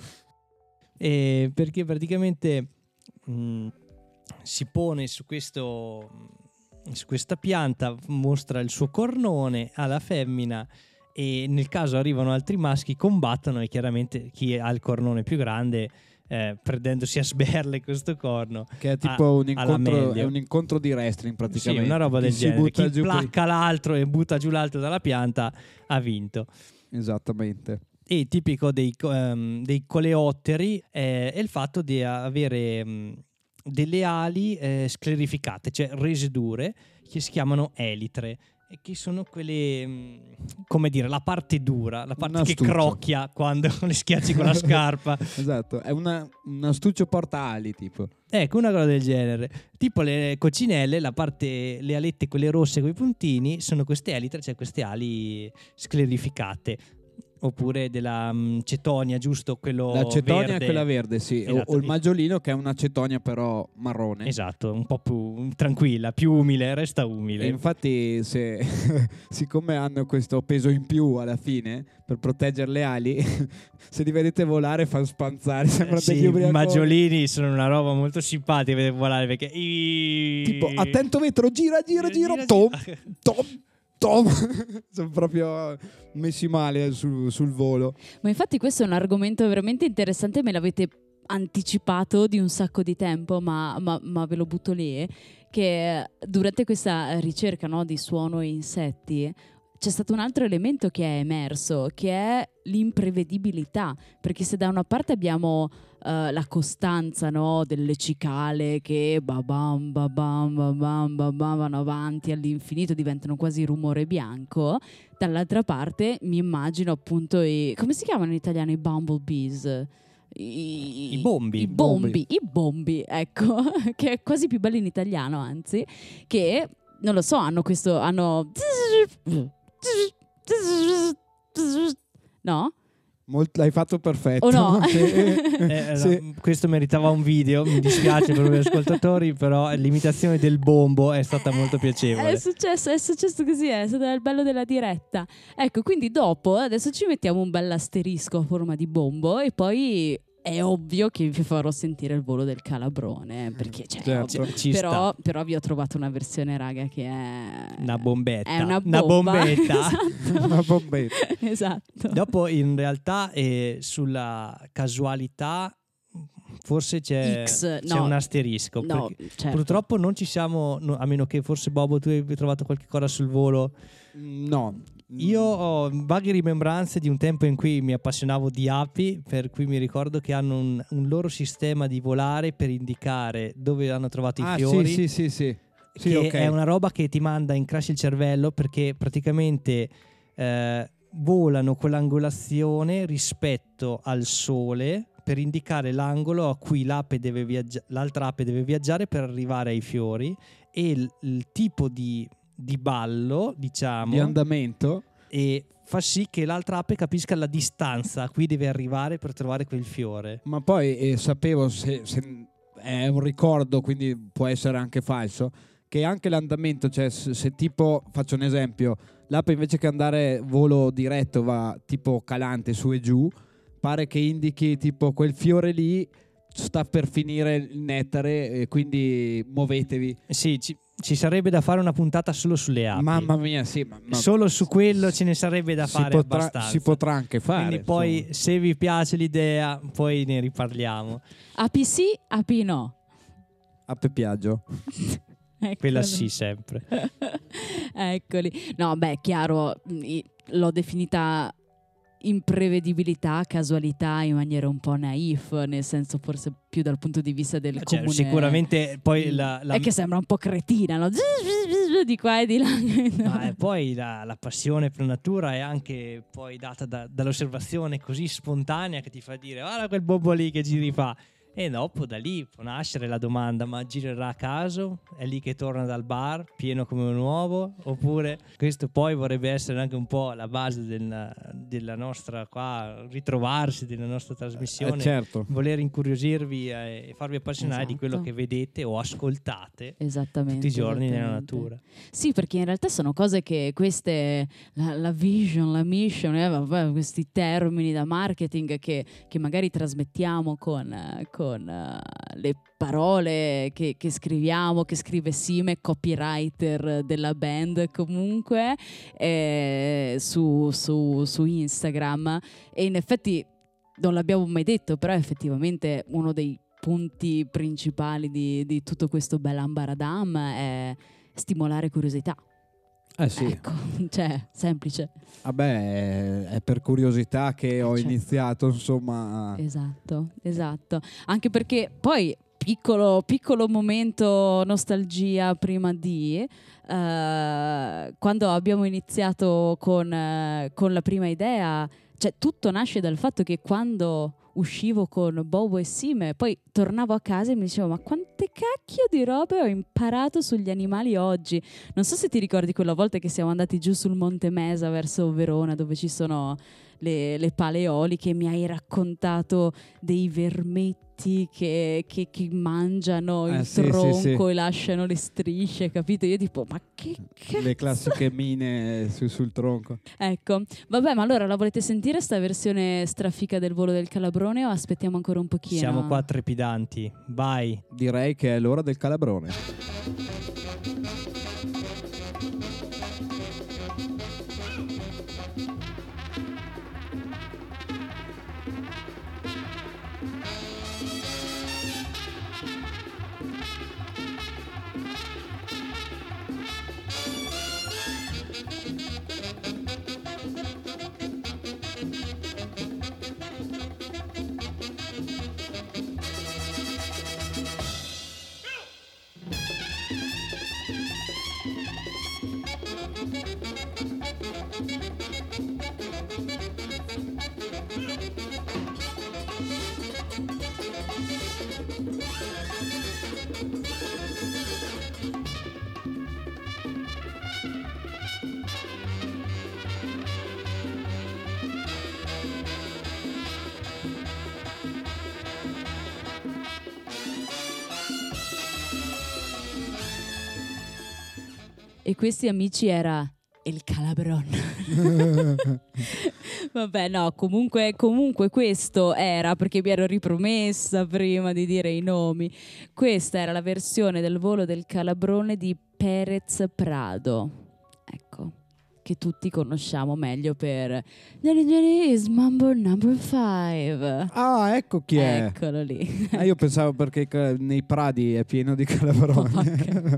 E perché praticamente mh, si pone su questo su questa pianta, mostra il suo cornone alla femmina, e nel caso arrivano altri maschi combattono, e chiaramente chi ha il cornone più grande, Eh, prendendosi a sberle questo corno, Che è tipo a, un, incontro, è un incontro di wrestling praticamente. sì, una roba Chi del si genere. butta Chi giù placca l'altro e butta giù l'altro dalla pianta ha vinto. poi- Esattamente. E tipico dei, um, dei coleotteri eh, è il fatto di avere um, delle ali eh, sclerificate, cioè rese dure, che si chiamano elitre, e che sono quelle, um, come dire, la parte dura, la parte Un che astuccio. crocchia quando le schiacci con la scarpa. Esatto, è una, un astuccio porta-ali tipo. Ecco, una cosa del genere. Tipo le coccinelle, la parte, le alette, quelle rosse con i puntini, sono queste elitre, cioè queste ali sclerificate. Oppure della um, cetonia, giusto? Quello La cetonia verde. è quella verde, sì. O, Esatto. o il maggiolino che è una cetonia però marrone. Esatto, un po' più tranquilla, più umile, resta umile. E infatti se, siccome hanno questo peso in più alla fine per proteggere le ali, se li vedete volare fanno spanzare, sembrano sì, degli i ubriaconi. maggiolini sono una roba molto simpatica vedere volare, perché Tipo, attento vetro, gira, gira, gira, gira, tom, gira. tom, tom. Sono proprio messi male sul, sul volo. Ma infatti questo è un argomento veramente interessante, me l'avete anticipato di un sacco di tempo, ma, ma, ma ve lo butto lì, che durante questa ricerca, no, di suono e insetti c'è stato un altro elemento che è emerso, che è l'imprevedibilità, perché se da una parte abbiamo uh, la costanza, no, delle cicale che babam, babam, babam, babam, vanno avanti all'infinito, diventano quasi rumore bianco, dall'altra parte mi immagino appunto i, come si chiamano in italiano i bumblebees? I, I bombi. i bombi, i bombi, ecco, che è quasi più bello in italiano, anzi, che non lo so, hanno questo, hanno no? Molt- l'hai fatto perfetto. O no? Sì. Eh, Sì. no, questo meritava un video, mi dispiace per gli ascoltatori, però l'imitazione del bombo è stata molto piacevole. È successo, è successo così, è stato il bello della diretta. Ecco, quindi dopo, adesso ci mettiamo un bel asterisco a forma di bombo e poi è ovvio che vi farò sentire il volo del calabrone, perché cioè, Certo. ovvio. Ci però, però vi ho trovato una versione, raga, che è Una bombetta. è una Una bomba. bombetta. Esatto. Una bombetta. Esatto. Dopo in realtà eh, sulla casualità forse c'è, X, c'è no. un asterisco, No, perché certo. purtroppo non ci siamo, no, a meno che forse Bobo tu hai trovato qualche cosa sul volo. No. Io ho vaghe rimembranze di un tempo in cui mi appassionavo di api, per cui mi ricordo che hanno un, un loro sistema di volare per indicare dove hanno trovato i Ah, fiori. sì, sì, sì, sì. Sì, che ok. è una roba che ti manda in crash il cervello, perché praticamente eh, volano con l'angolazione rispetto al sole per indicare l'angolo a cui l'ape deve viaggia- l'altra ape deve viaggiare per arrivare ai fiori, e il, il tipo di, di ballo, diciamo, Di andamento. e fa sì che l'altra ape capisca la distanza a cui deve arrivare per trovare quel fiore. Ma poi eh, sapevo, se, se è un ricordo, quindi può essere anche falso, che anche l'andamento, cioè se, se tipo, faccio un esempio, l'ape invece che andare volo diretto va tipo calante su e giù, pare che indichi tipo quel fiore lì sta per finire il nettare e quindi muovetevi. Sì, ci, ci sarebbe da fare una puntata solo sulle api. Mamma mia, sì, ma, ma Solo su quello ce ne sarebbe da si fare potrà, abbastanza. si potrà anche fare. Quindi poi, insomma. se vi piace l'idea, poi ne riparliamo. Api sì, api no. A Peppiaggio. Eccoli. Quella sì, sempre. Eccoli. No, beh, chiaro, mh, l'ho definita imprevedibilità, casualità in maniera un po' naif, nel senso forse più dal punto di vista del Cioè, comune. sicuramente poi la, la... È che sembra un po' cretina, no? Di qua e di là. Ma eh, poi la, la passione per la natura è anche poi data da, dall'osservazione così spontanea che ti fa dire guarda quel bobo lì che giri fa. E dopo da lì può nascere la domanda: ma girerà a caso? È lì che torna dal bar pieno come un uovo? Oppure questo poi vorrebbe essere anche un po' la base del, della nostra qua ritrovarsi, della nostra trasmissione, Eh, certo. voler incuriosirvi e farvi appassionare Esatto. di quello che vedete o ascoltate Esattamente, tutti i giorni nella esattamente. natura. Sì, perché in realtà sono cose che queste, la, la vision, la mission, eh, vabbè, questi termini da marketing che, che magari trasmettiamo con, eh, con eh, le parole che, che scriviamo, che scrive Sime, copywriter della band comunque, eh, su, su, su Instagram. E in effetti non l'abbiamo mai detto, però effettivamente uno dei punti principali di, di tutto questo bel ambaradam è stimolare curiosità. Eh sì, Ecco, cioè, semplice. vabbè, è per curiosità che ho Certo. iniziato, insomma. Esatto, esatto. Anche perché poi, piccolo, piccolo momento nostalgia prima di, eh, quando abbiamo iniziato con, eh, con la prima idea, cioè tutto nasce dal fatto che quando uscivo con Bobo e Sime, poi tornavo a casa e mi dicevo ma quante cacchio di robe ho imparato sugli animali oggi. Non so se ti ricordi quella volta che siamo andati giù sul Monte Mesa verso Verona, dove ci sono le, le paleoliche, mi hai raccontato dei vermetti che, che, che mangiano Eh, il sì, sì, tronco sì. e lasciano le strisce, capito? Io tipo ma che cazzo? Le classiche mine su- sul tronco. Ecco, vabbè, ma allora la volete sentire sta versione strafica del volo del Calabrone o aspettiamo ancora un pochino? Siamo qua trepidanti. Vai. Direi che è l'ora del calabrone. E questi amici era il Calabron. Vabbè, no, comunque, comunque questo era, perché mi ero ripromessa prima di dire i nomi, questa era la versione del volo del Calabrone di Perez Prado, ecco, che tutti conosciamo meglio per Johnny Johnny is Mambo number five. Ah, ecco chi è. Eccolo lì. Ah, io pensavo perché ca- nei pradi è pieno di calabroni.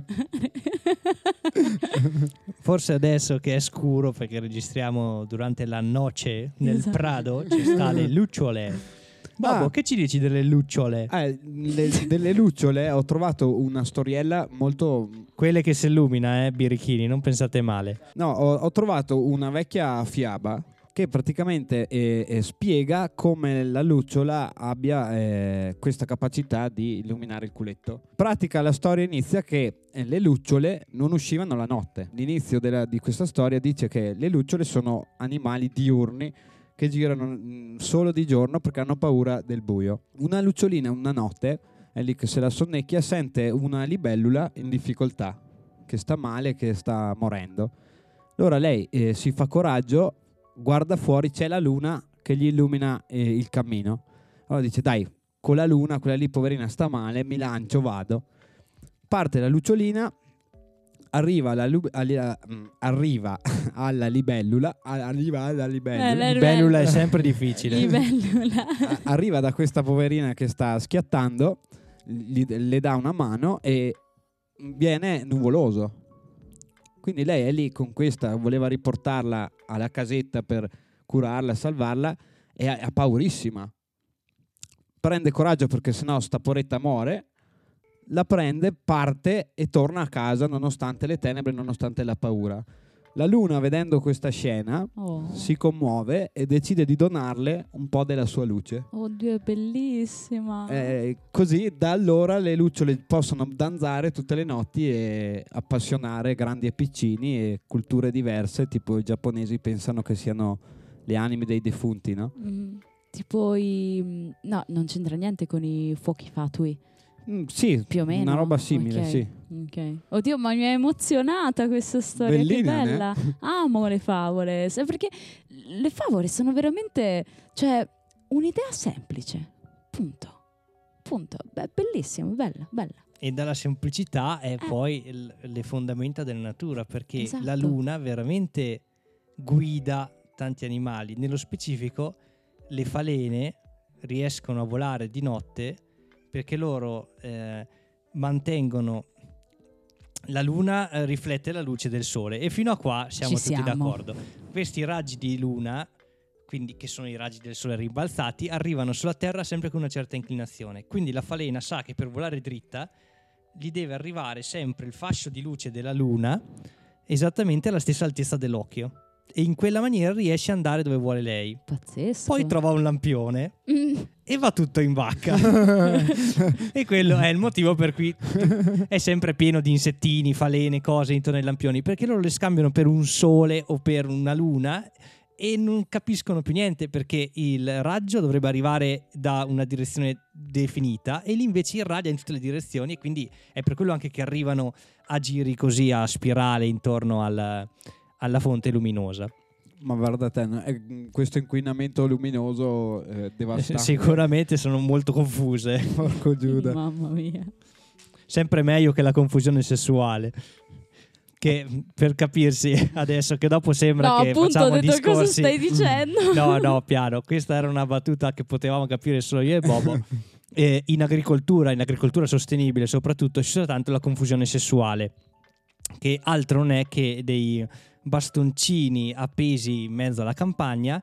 Forse adesso che è scuro, perché registriamo durante la noce nel Esatto. Prado, ci sta le lucciole. Bobo, Ah. che ci dici delle lucciole? Eh, le- delle lucciole ho trovato una storiella molto... Quelle che si illumina, eh, birichini, non pensate male. No, ho, ho trovato una vecchia fiaba che praticamente eh, eh, spiega come la lucciola abbia eh, questa capacità di illuminare il culetto. Pratica, la storia inizia che eh, le lucciole non uscivano la notte. L'inizio della- di questa storia dice che le lucciole sono animali diurni che girano mh, solo di giorno perché hanno paura del buio. Una lucciolina una notte è lì che se la sonnecchia, sente una libellula in difficoltà, che sta male, che sta morendo. Allora lei eh, si fa coraggio, guarda fuori, c'è la luna che gli illumina eh, il cammino. Allora dice dai, con la luna, quella lì poverina sta male, mi lancio, vado. Parte la lucciolina, arriva alla, lu- alla, mm, arriva alla libellula, a- arriva alla libellula. Eh, la- Libellula è sempre difficile. Libellula. A- arriva da questa poverina che sta schiattando, gli- le dà una mano e viene nuvoloso. Quindi lei è lì con questa, voleva riportarla alla casetta per curarla, salvarla, e ha, ha paurissima. Prende coraggio perché sennò sta poretta muore, la prende, parte e torna a casa nonostante le tenebre, nonostante la paura. La luna, vedendo questa scena, Oh. si commuove e decide di donarle un po' della sua luce. Oddio, è bellissima. Eh, così da allora le lucciole possono danzare tutte le notti e appassionare grandi e piccini e culture diverse, tipo i giapponesi pensano che siano le anime dei defunti, no? Mm, tipo i... No, non c'entra niente con i fuochi fatui. Mm, sì, Più o meno. una roba simile, Ok, sì. ok. Oddio, ma mi ha emozionata questa storia. Bellina, che bella. né? Amo le favole. se- Perché le favole sono veramente... Cioè, un'idea semplice. Punto. Punto. Beh, bellissimo, bella, bella. E dalla semplicità è Eh. poi il- le fondamenta della natura, perché Esatto. la luna veramente guida tanti animali. Nello specifico, le falene riescono a volare di notte perché loro eh, mantengono la luna eh, riflette la luce del sole, e fino a qua siamo Ci tutti siamo. d'accordo. Questi raggi di luna, quindi che sono i raggi del sole rimbalzati, arrivano sulla Terra sempre con una certa inclinazione. Quindi la falena sa che per volare dritta gli deve arrivare sempre il fascio di luce della luna esattamente alla stessa altezza dell'occhio, e in quella maniera riesce ad andare dove vuole lei. Pazzesco. Poi trova un lampione Mm. e va tutto in vacca. E quello è il motivo per cui è sempre pieno di insettini, falene, cose intorno ai lampioni, perché loro le scambiano per un sole o per una luna e non capiscono più niente, perché il raggio dovrebbe arrivare da una direzione definita e lì invece irradia in tutte le direzioni, e quindi è per quello anche che arrivano a giri così a spirale intorno al, alla fonte luminosa. Ma guarda te, no, eh, questo inquinamento luminoso eh, devastante. Sicuramente sono molto confuse. Porco Giuda. Mamma mia. Sempre meglio che la confusione sessuale, che per capirsi adesso, che dopo sembra No, che appunto, ho facciamo detto cosa discorsi. stai dicendo. No, no, piano, questa era una battuta che potevamo capire solo io e Bobo. E in agricoltura, in agricoltura sostenibile soprattutto, ci usa tanto la confusione sessuale, che altro non è che dei bastoncini appesi in mezzo alla campagna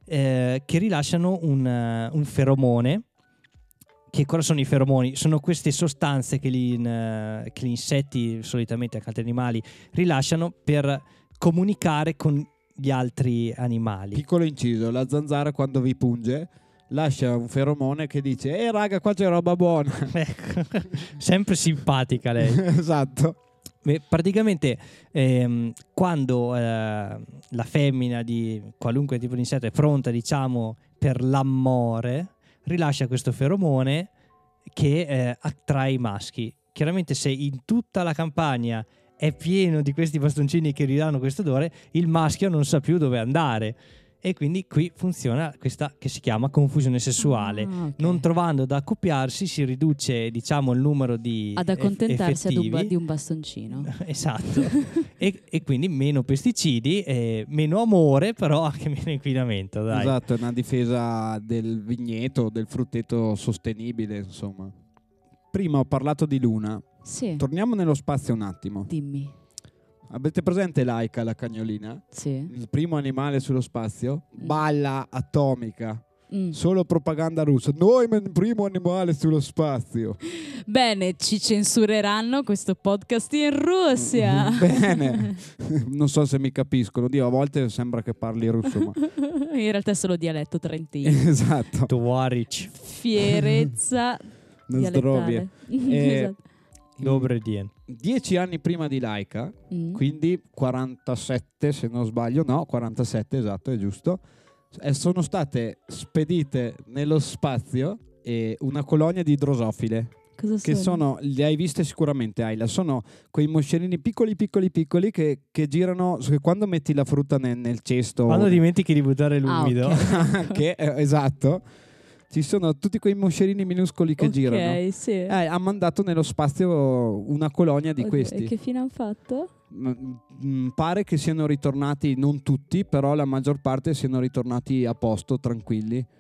eh, che rilasciano un, uh, un feromone. Che cosa sono i feromoni? Sono queste sostanze che gli, in, che gli insetti, solitamente anche altri animali, rilasciano per comunicare con gli altri animali. Piccolo inciso, la zanzara quando vi punge lascia un feromone che dice eh raga, qua c'è roba buona. Ecco, sempre simpatica lei. Esatto. Beh, praticamente ehm, quando eh, la femmina di qualunque tipo di insetto è pronta, diciamo, per l'amore, rilascia questo feromone che eh, attrae i maschi. Chiaramente se in tutta la campagna è pieno di questi bastoncini che ridanno questo odore, il maschio non sa più dove andare, e quindi qui funziona questa che si chiama confusione sessuale. Ah, ok. Non trovando da accoppiarsi si riduce, diciamo, il numero di Ad eff- accontentarsi ad un ba- effettivi. di un bastoncino. Esatto. e, e quindi meno pesticidi, e meno amore, però anche meno inquinamento, dai. Esatto, è una difesa del vigneto, del frutteto sostenibile, insomma. Prima ho parlato di luna. Sì. Torniamo nello spazio un attimo. Dimmi. Avete presente Laika, la cagnolina? Sì. Il primo animale sullo spazio? Mm. Balla atomica. Mm. Solo propaganda russa. Noi il primo animale sullo spazio. Bene, ci censureranno questo podcast in Russia. Bene. Non so se mi capiscono. Dio, a volte sembra che parli russo, ma... In realtà è solo dialetto trentino. Esatto. Tovaric. Fierezza Zdrovie. dialettale. Eh, Esatto. Dobre dien. Dieci anni prima di Laika, Mm. quindi quarantasette se non sbaglio, no, quarantasette esatto, è giusto, eh, sono state spedite nello spazio eh, una colonia di drosofile, Cosa che sono, li hai viste sicuramente Ayla, sono quei moscerini piccoli piccoli piccoli che, che girano, che quando metti la frutta nel, nel cesto... Quando dimentichi di buttare l'umido. Ah, ok. che, eh, esatto, ci sono tutti quei moscerini minuscoli che Ok, girano. sì. Eh, ha mandato nello spazio una colonia di Ok, questi. Che fine hanno fatto? M- m- pare che siano ritornati, non tutti, però la maggior parte siano ritornati a posto, tranquilli. Ah,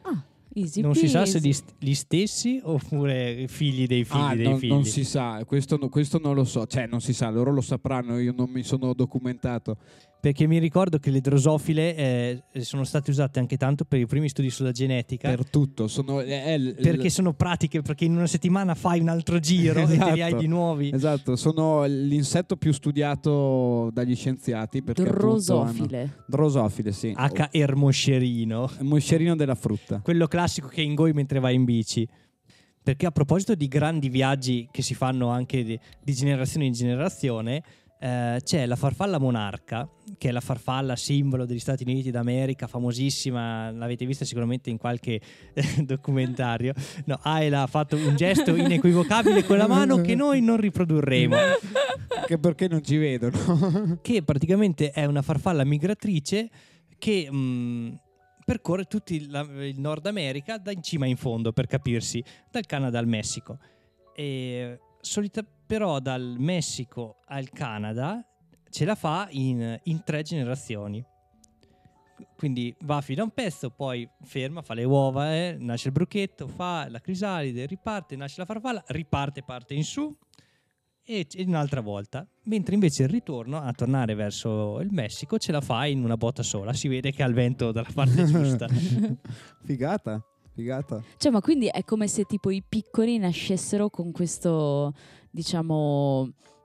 Easy Non si sa peasy. se gli, st- gli stessi oppure figli dei figli Ah, dei non, figli. non si sa, questo, no- questo non lo so, cioè non si sa, loro lo sapranno, io non mi sono documentato. Perché mi ricordo che le drosofile eh, sono state usate anche tanto per i primi studi sulla genetica. Per tutto, sono, è, è l- Perché sono pratiche, perché in una settimana fai un altro giro e te li hai Esatto. di nuovi. Esatto, sono l'insetto più studiato dagli scienziati perché appunto Drosofile. hanno- Drosofile, sì. H. ermoscerino. Il moscerino della frutta. Quello classico che ingoi mentre vai in bici. Perché a proposito di grandi viaggi che si fanno anche di, di generazione in generazione, eh, c'è la farfalla monarca, che è la farfalla simbolo degli Stati Uniti d'America, famosissima, l'avete vista sicuramente in qualche eh, documentario. No, Ayla ha fatto un gesto inequivocabile con la mano che noi non riprodurremo. Che perché non ci vedono. Che praticamente è una farfalla migratrice che mh, percorre tutto il, la- il Nord America da in cima in fondo, per capirsi, dal Canada al Messico. E solita, però dal Messico al Canada ce la fa in, in tre generazioni. Quindi va fino a un pezzo, poi ferma, fa le uova, eh, nasce il bruchetto, fa la crisalide, riparte, nasce la farfalla, riparte, parte in su e c- un'altra volta. Mentre invece il ritorno, a tornare verso il Messico, ce la fa in una botta sola. Si vede che ha il vento dalla parte giusta. Figata, figata. Cioè, ma quindi è come se tipo i piccoli nascessero con questo, diciamo,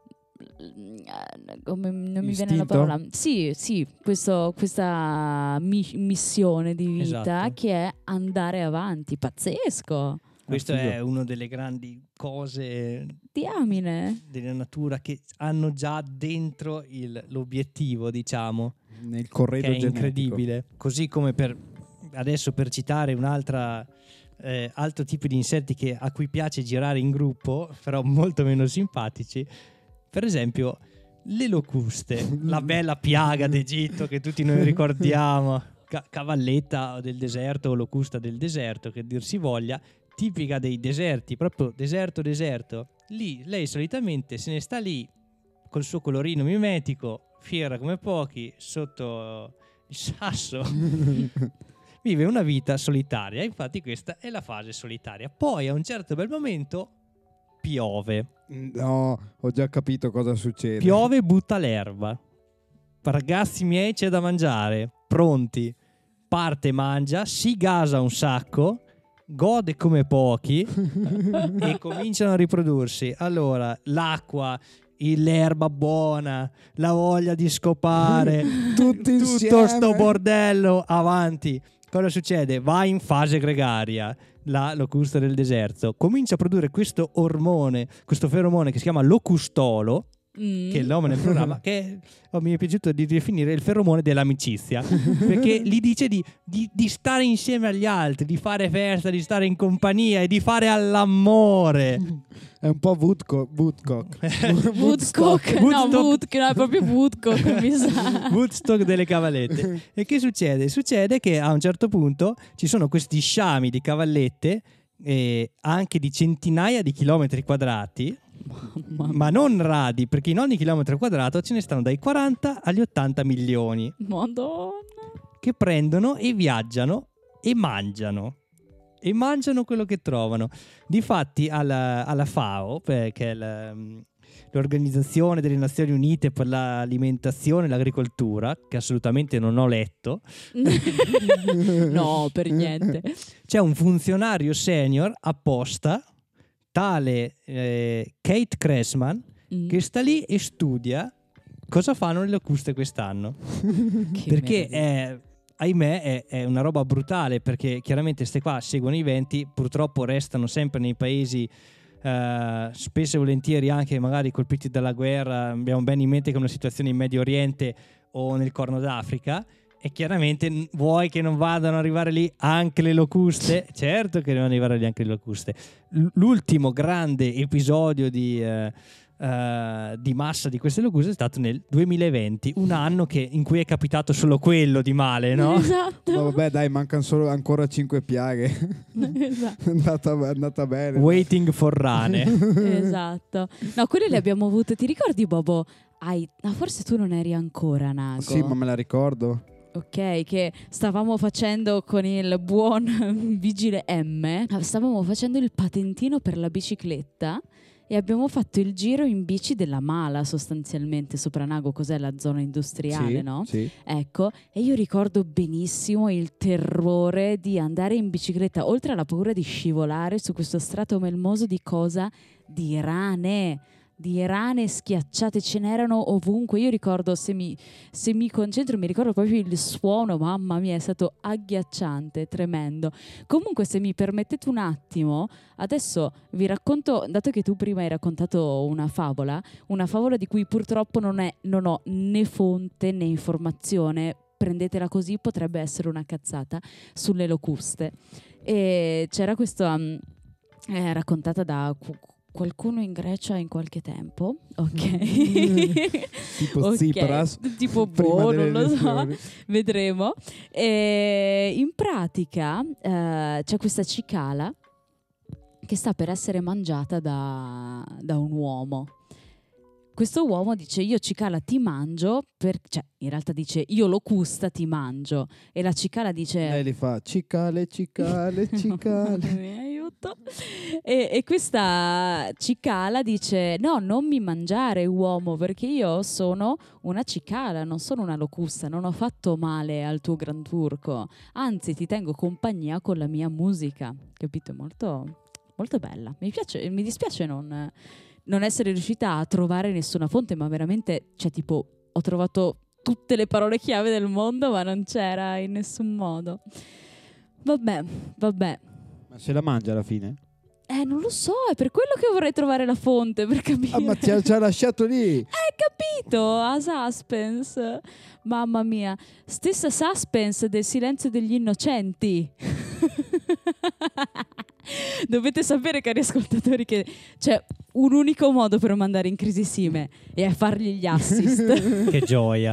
come non mi viene la Istinto? parola. Sì, sì, questo, questa mi- missione di vita Esatto. che è andare avanti. Pazzesco. Questo Ah, figo. è una delle grandi cose Diamine. della natura che hanno già dentro il- l'obiettivo, diciamo, Nel che corredo è genetico. incredibile. Così come per adesso, per citare un'altra eh, altro tipo di insetti che, a cui piace girare in gruppo, però molto meno simpatici, per esempio le locuste, la bella piaga d'Egitto che tutti noi ricordiamo, ca- cavalletta del deserto o locusta del deserto, che dir si voglia, tipica dei deserti, proprio deserto deserto. Lì lei solitamente se ne sta lì col suo colorino mimetico, fiera come pochi, sotto il sasso. Vive una vita solitaria, infatti questa è la fase solitaria. Poi a un certo bel momento piove. No, ho già capito cosa succede. Piove e butta l'erba. Ragazzi miei, c'è da mangiare. Pronti. Parte, mangia, si gasa un sacco, gode come pochi e cominciano a riprodursi. Allora, l'acqua, il- l'erba buona, la voglia di scopare, Tutti tutto insieme. sto bordello avanti. Cosa succede? Va in fase gregaria, la locusta del deserto. Comincia a produrre questo ormone, questo feromone che si chiama locustolo, Mm. che è il nome nel programma, che oh, mi è piaciuto di definire il feromone dell'amicizia, perché gli dice di, di, di stare insieme agli altri, di fare festa, di stare in compagnia e di fare all'amore. È un po' Woodcock. Woodcock. Woodstock. No, Woodstock. Wood, no, è proprio Woodcock, mi sa. Woodstock delle cavallette. E che succede? Succede che a un certo punto ci sono questi sciami di cavallette, eh, anche di centinaia di chilometri quadrati, Mamma ma non radi, perché in ogni chilometro quadrato ce ne stanno dai quaranta agli ottanta milioni, Madonna. che prendono e viaggiano e mangiano. E mangiano quello che trovano. Difatti alla, alla FAO, eh, che è la, mm, l'Organizzazione delle Nazioni Unite per l'alimentazione e l'agricoltura, che assolutamente non ho letto, No, per niente. c'è un funzionario senior apposta, tale eh, Kate Cressman, Mm. che sta lì e studia cosa fanno le locuste quest'anno. Che Perché meraviglia. è, ahimè è, è una roba brutale, perché chiaramente queste qua seguono i venti, purtroppo restano sempre nei paesi eh, spesso e volentieri anche magari colpiti dalla guerra. Abbiamo ben in mente che una situazione in Medio Oriente o nel Corno d'Africa, e chiaramente n- vuoi che non vadano ad arrivare lì anche le locuste? Certo che devono arrivare lì anche le locuste. L- l'ultimo grande episodio di eh, Uh, di massa di queste locuste è stato nel duemilaventi, un anno che, in cui è capitato solo quello di male, no? Esatto. Ma vabbè, dai, mancano solo ancora cinque piaghe. Esatto. È andata, è andata bene. Waiting for rane. Esatto. No, quelle le abbiamo avute. Ti ricordi, Bobo? Hai... No, forse tu non eri ancora nato. Sì, ma me la ricordo. ok, che stavamo facendo con il buon vigile M, stavamo facendo il patentino per la bicicletta e abbiamo fatto il giro in bici della Mala, sostanzialmente. Sopranago, cos'è la zona industriale, Sì, no? sì. Ecco, e io ricordo benissimo il terrore di andare in bicicletta, oltre alla paura di scivolare su questo strato melmoso di cosa? Di rane. Di rane schiacciate, ce n'erano ovunque. Io ricordo, se mi, se mi concentro, mi ricordo proprio il suono, mamma mia, è stato agghiacciante, tremendo. Comunque, se mi permettete un attimo, adesso vi racconto, dato che tu prima hai raccontato una favola, una favola di cui purtroppo non, è, non ho né fonte né informazione, prendetela così, potrebbe essere una cazzata, sulle locuste. E c'era questa, um, eh, raccontata da qualcuno in Grecia in qualche tempo, ok? Tipo okay. Tsipras, tipo prima boh, delle non lo so, elezioni. vedremo. E in pratica eh, c'è questa cicala che sta per essere mangiata da, da un uomo. Questo uomo dice: io cicala ti mangio, per... cioè in realtà dice io locusta ti mangio, e la cicala dice Lei li fa cicale, cicale, cicale. mi aiuto. E, e questa cicala dice: no, non mi mangiare uomo, perché io sono una cicala, non sono una locusta, non ho fatto male al tuo gran turco, anzi ti tengo compagnia con la mia musica. Capito? Molto, molto bella. Mi piace, mi dispiace non... non essere riuscita a trovare nessuna fonte, ma veramente, cioè tipo, ho trovato tutte le parole chiave del mondo, ma non c'era in nessun modo. Vabbè, vabbè. Ma se la mangia alla fine? Eh, non lo so, è per quello che vorrei trovare la fonte, per capire. Ah, ma ti ha già lasciato lì! Hai capito? A suspense. Mamma mia. Stessa suspense del Silenzio degli Innocenti. Dovete sapere, cari ascoltatori, che c'è un unico modo per mandare in crisi Sime, e è fargli gli assist. Che gioia.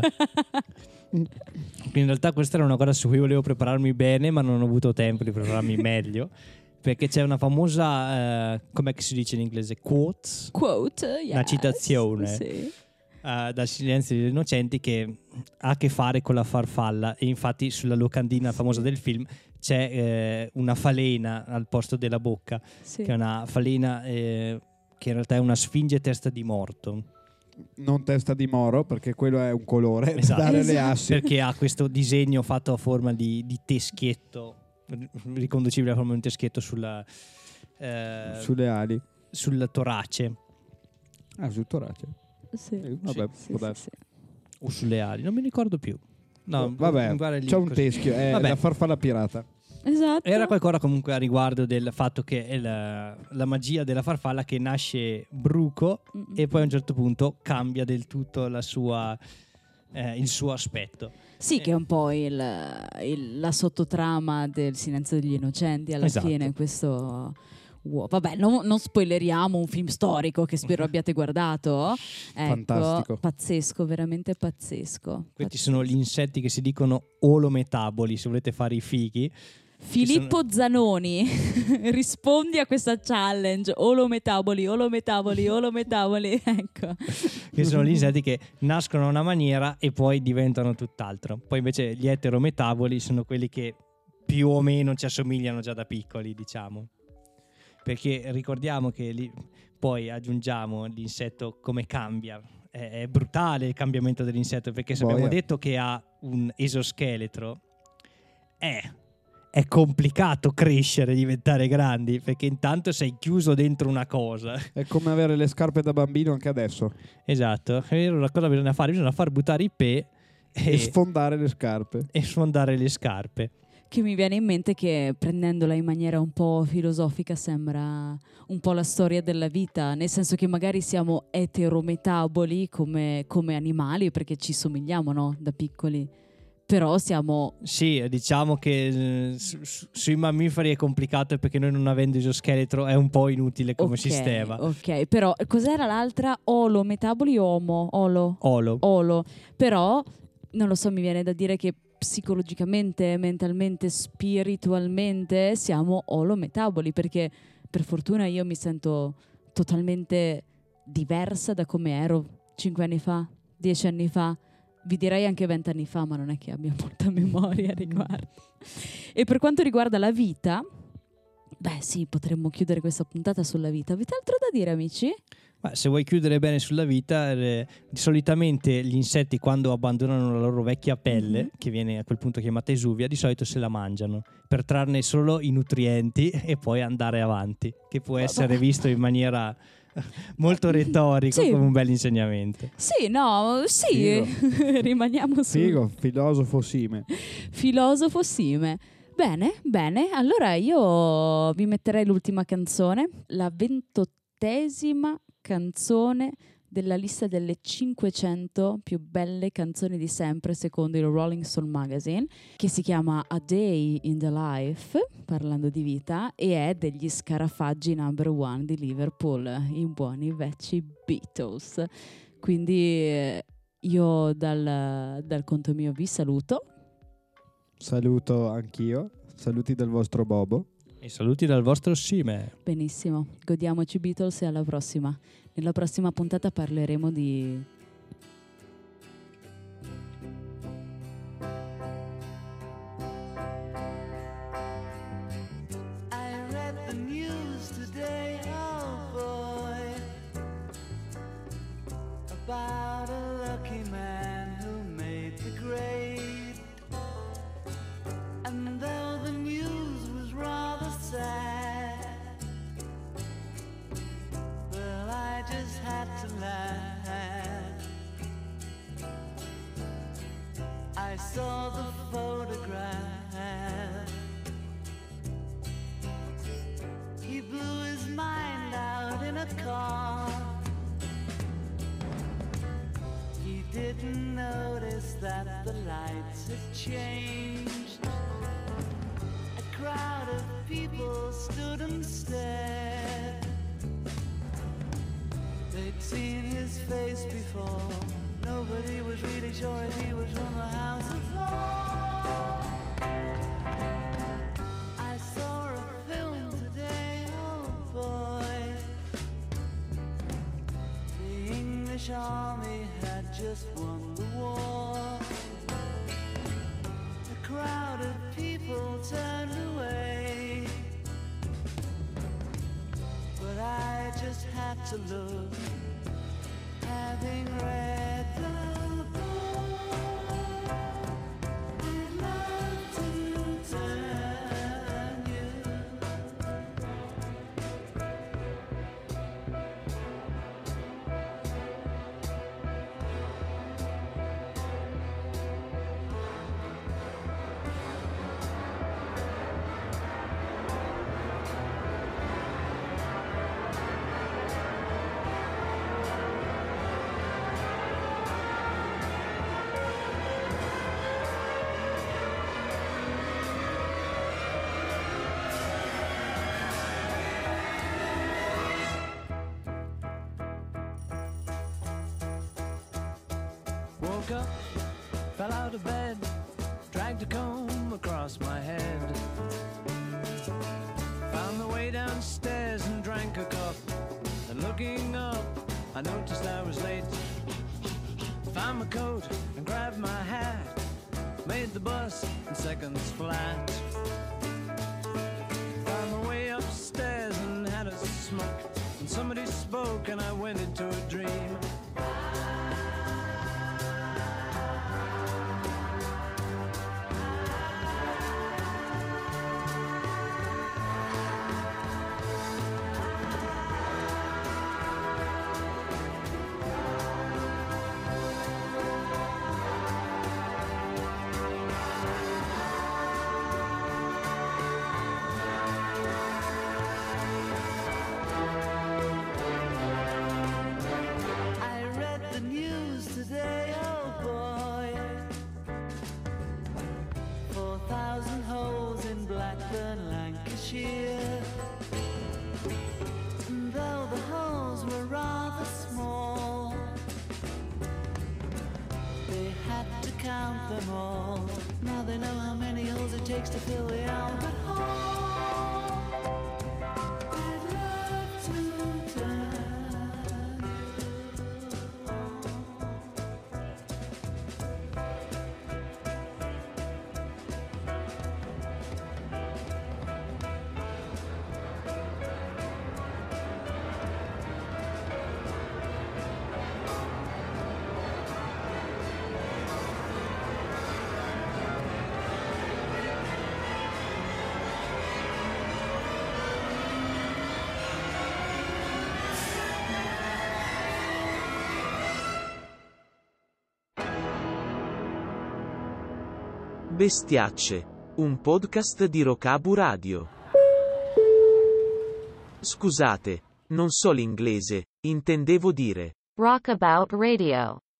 In realtà questa era una cosa su cui volevo prepararmi bene, ma non ho avuto tempo di prepararmi meglio, perché c'è una famosa, eh, com'è che si dice in inglese? Quote? Quote, yes. Una citazione. Sì. Uh, dal Silenzio degli Innocenti, che ha a che fare con la farfalla, e infatti sulla locandina famosa del film c'è eh, una falena al posto della bocca, Sì. che è una falena eh, che in realtà è una sfinge testa di morto. Non testa di moro, perché quello è un colore, Esatto. dare le Esatto. assi. Perché ha questo disegno fatto a forma di, di teschietto, riconducibile a forma di un teschietto sulla, eh, Sulle ali. sul torace Ah, sul torace. Sì. Eh, vabbè, Sì, può sì, darsi. o sulle ali, non mi ricordo più. No, Vabbè, guarda lì c'è un così. teschio, è Vabbè. la farfalla pirata. Esatto. Era qualcosa comunque a riguardo del fatto che è la, la magia della farfalla, che nasce bruco Mm-mm. e poi a un certo punto cambia del tutto la sua, eh, il suo aspetto. Sì, che è un po' il, il- la sottotrama del Silenzio degli Innocenti alla Esatto. fine, questo. Wow. Vabbè, non, non spoileriamo un film storico che spero abbiate guardato. Ecco, Fantastico. pazzesco, veramente pazzesco. Questi Pazzesco. sono gli insetti che si dicono olometaboli, se volete fare i fighi. Filippo Zanoni, rispondi a questa challenge. Olometaboli, olometaboli, olometaboli. Ecco. Che sono gli insetti che nascono a una maniera e poi diventano tutt'altro. Poi invece gli eterometaboli sono quelli che più o meno ci assomigliano già da piccoli, diciamo. Perché ricordiamo che lì poi aggiungiamo l'insetto come cambia. È, è brutale il cambiamento dell'insetto, perché se Boia. abbiamo detto che ha un esoscheletro, è, è complicato crescere, diventare grandi, perché intanto sei chiuso dentro una cosa. È come avere le scarpe da bambino anche adesso. Esatto. E allora cosa bisogna fare? Bisogna far buttare i pe E, e, sfondare le scarpe. e sfondare le scarpe. Che mi viene in mente che, prendendola in maniera un po' filosofica, sembra un po' la storia della vita, nel senso che magari siamo eterometaboli come, come animali, perché ci somigliamo, no? Da piccoli. Però siamo... Sì, diciamo che eh, su- su- sui mammiferi è complicato, perché noi, non avendo esoscheletro, è un po' inutile come ok, sistema. Ok, però cos'era l'altra? Olometaboli o omo? Olo? Olo. Olo. Però, non lo so, mi viene da dire che psicologicamente, mentalmente, spiritualmente siamo olometaboli, perché per fortuna io mi sento totalmente diversa da come ero cinque anni fa, dieci anni fa, vi direi anche vent'anni fa, ma non è che abbia molta memoria a riguardo. E per quanto riguarda la vita, beh sì, potremmo chiudere questa puntata sulla vita. Avete altro da dire, amici? Ma se vuoi chiudere bene sulla vita, eh, solitamente gli insetti quando abbandonano la loro vecchia pelle, mm-hmm. che viene a quel punto chiamata esuvia, di solito se la mangiano per trarne solo i nutrienti e poi andare avanti, che può essere visto in maniera molto retorico, sì. come un bel insegnamento. Sì, no, sì, rimaniamo su. Figo, filosofo Sime. Filosofo Sime. Bene, bene. Allora io vi metterei l'ultima canzone, la ventottesima canzone della lista delle cinquecento più belle canzoni di sempre secondo il Rolling Stone Magazine, che si chiama A Day in the Life, parlando di vita, e è degli Scarafaggi number one di Liverpool, i buoni vecchi Beatles. Quindi io dal, dal conto mio vi saluto. Saluto anch'io, saluti dal vostro Bobo. E saluti dal vostro Sime. Benissimo, godiamoci Beatles e alla prossima. Nella prossima puntata parleremo di... I read the news today, oh boy, about a lucky man who made the grade. And though the news was rather sad, well, I just had to laugh. I saw the photograph. He blew his mind out in a car. He didn't notice that the lights had changed. A crowd of people stood and stared. They'd seen his face before. Nobody was really sure if he was from the House of Lords. I saw a film today, oh boy. The English army had just won the war. A crowd of people turned away, but I just had to look. Having read the book, I'd love to turn you. Woke up, fell out of bed, dragged a comb across my head. Found the way downstairs and drank a cup. And looking up, I noticed I was late. Found my coat and grabbed my hat. Made the bus in seconds flat. Found my way upstairs and had a smoke. And somebody spoke and I went into a dream. And though the holes were rather small, they had to count them all. Now they know how many holes it takes to fill the Albert Hall. I'd love to turn you on. Bestiacce, un podcast di Rockabu Radio. Scusate, non so l'inglese, intendevo dire Rockabout Radio.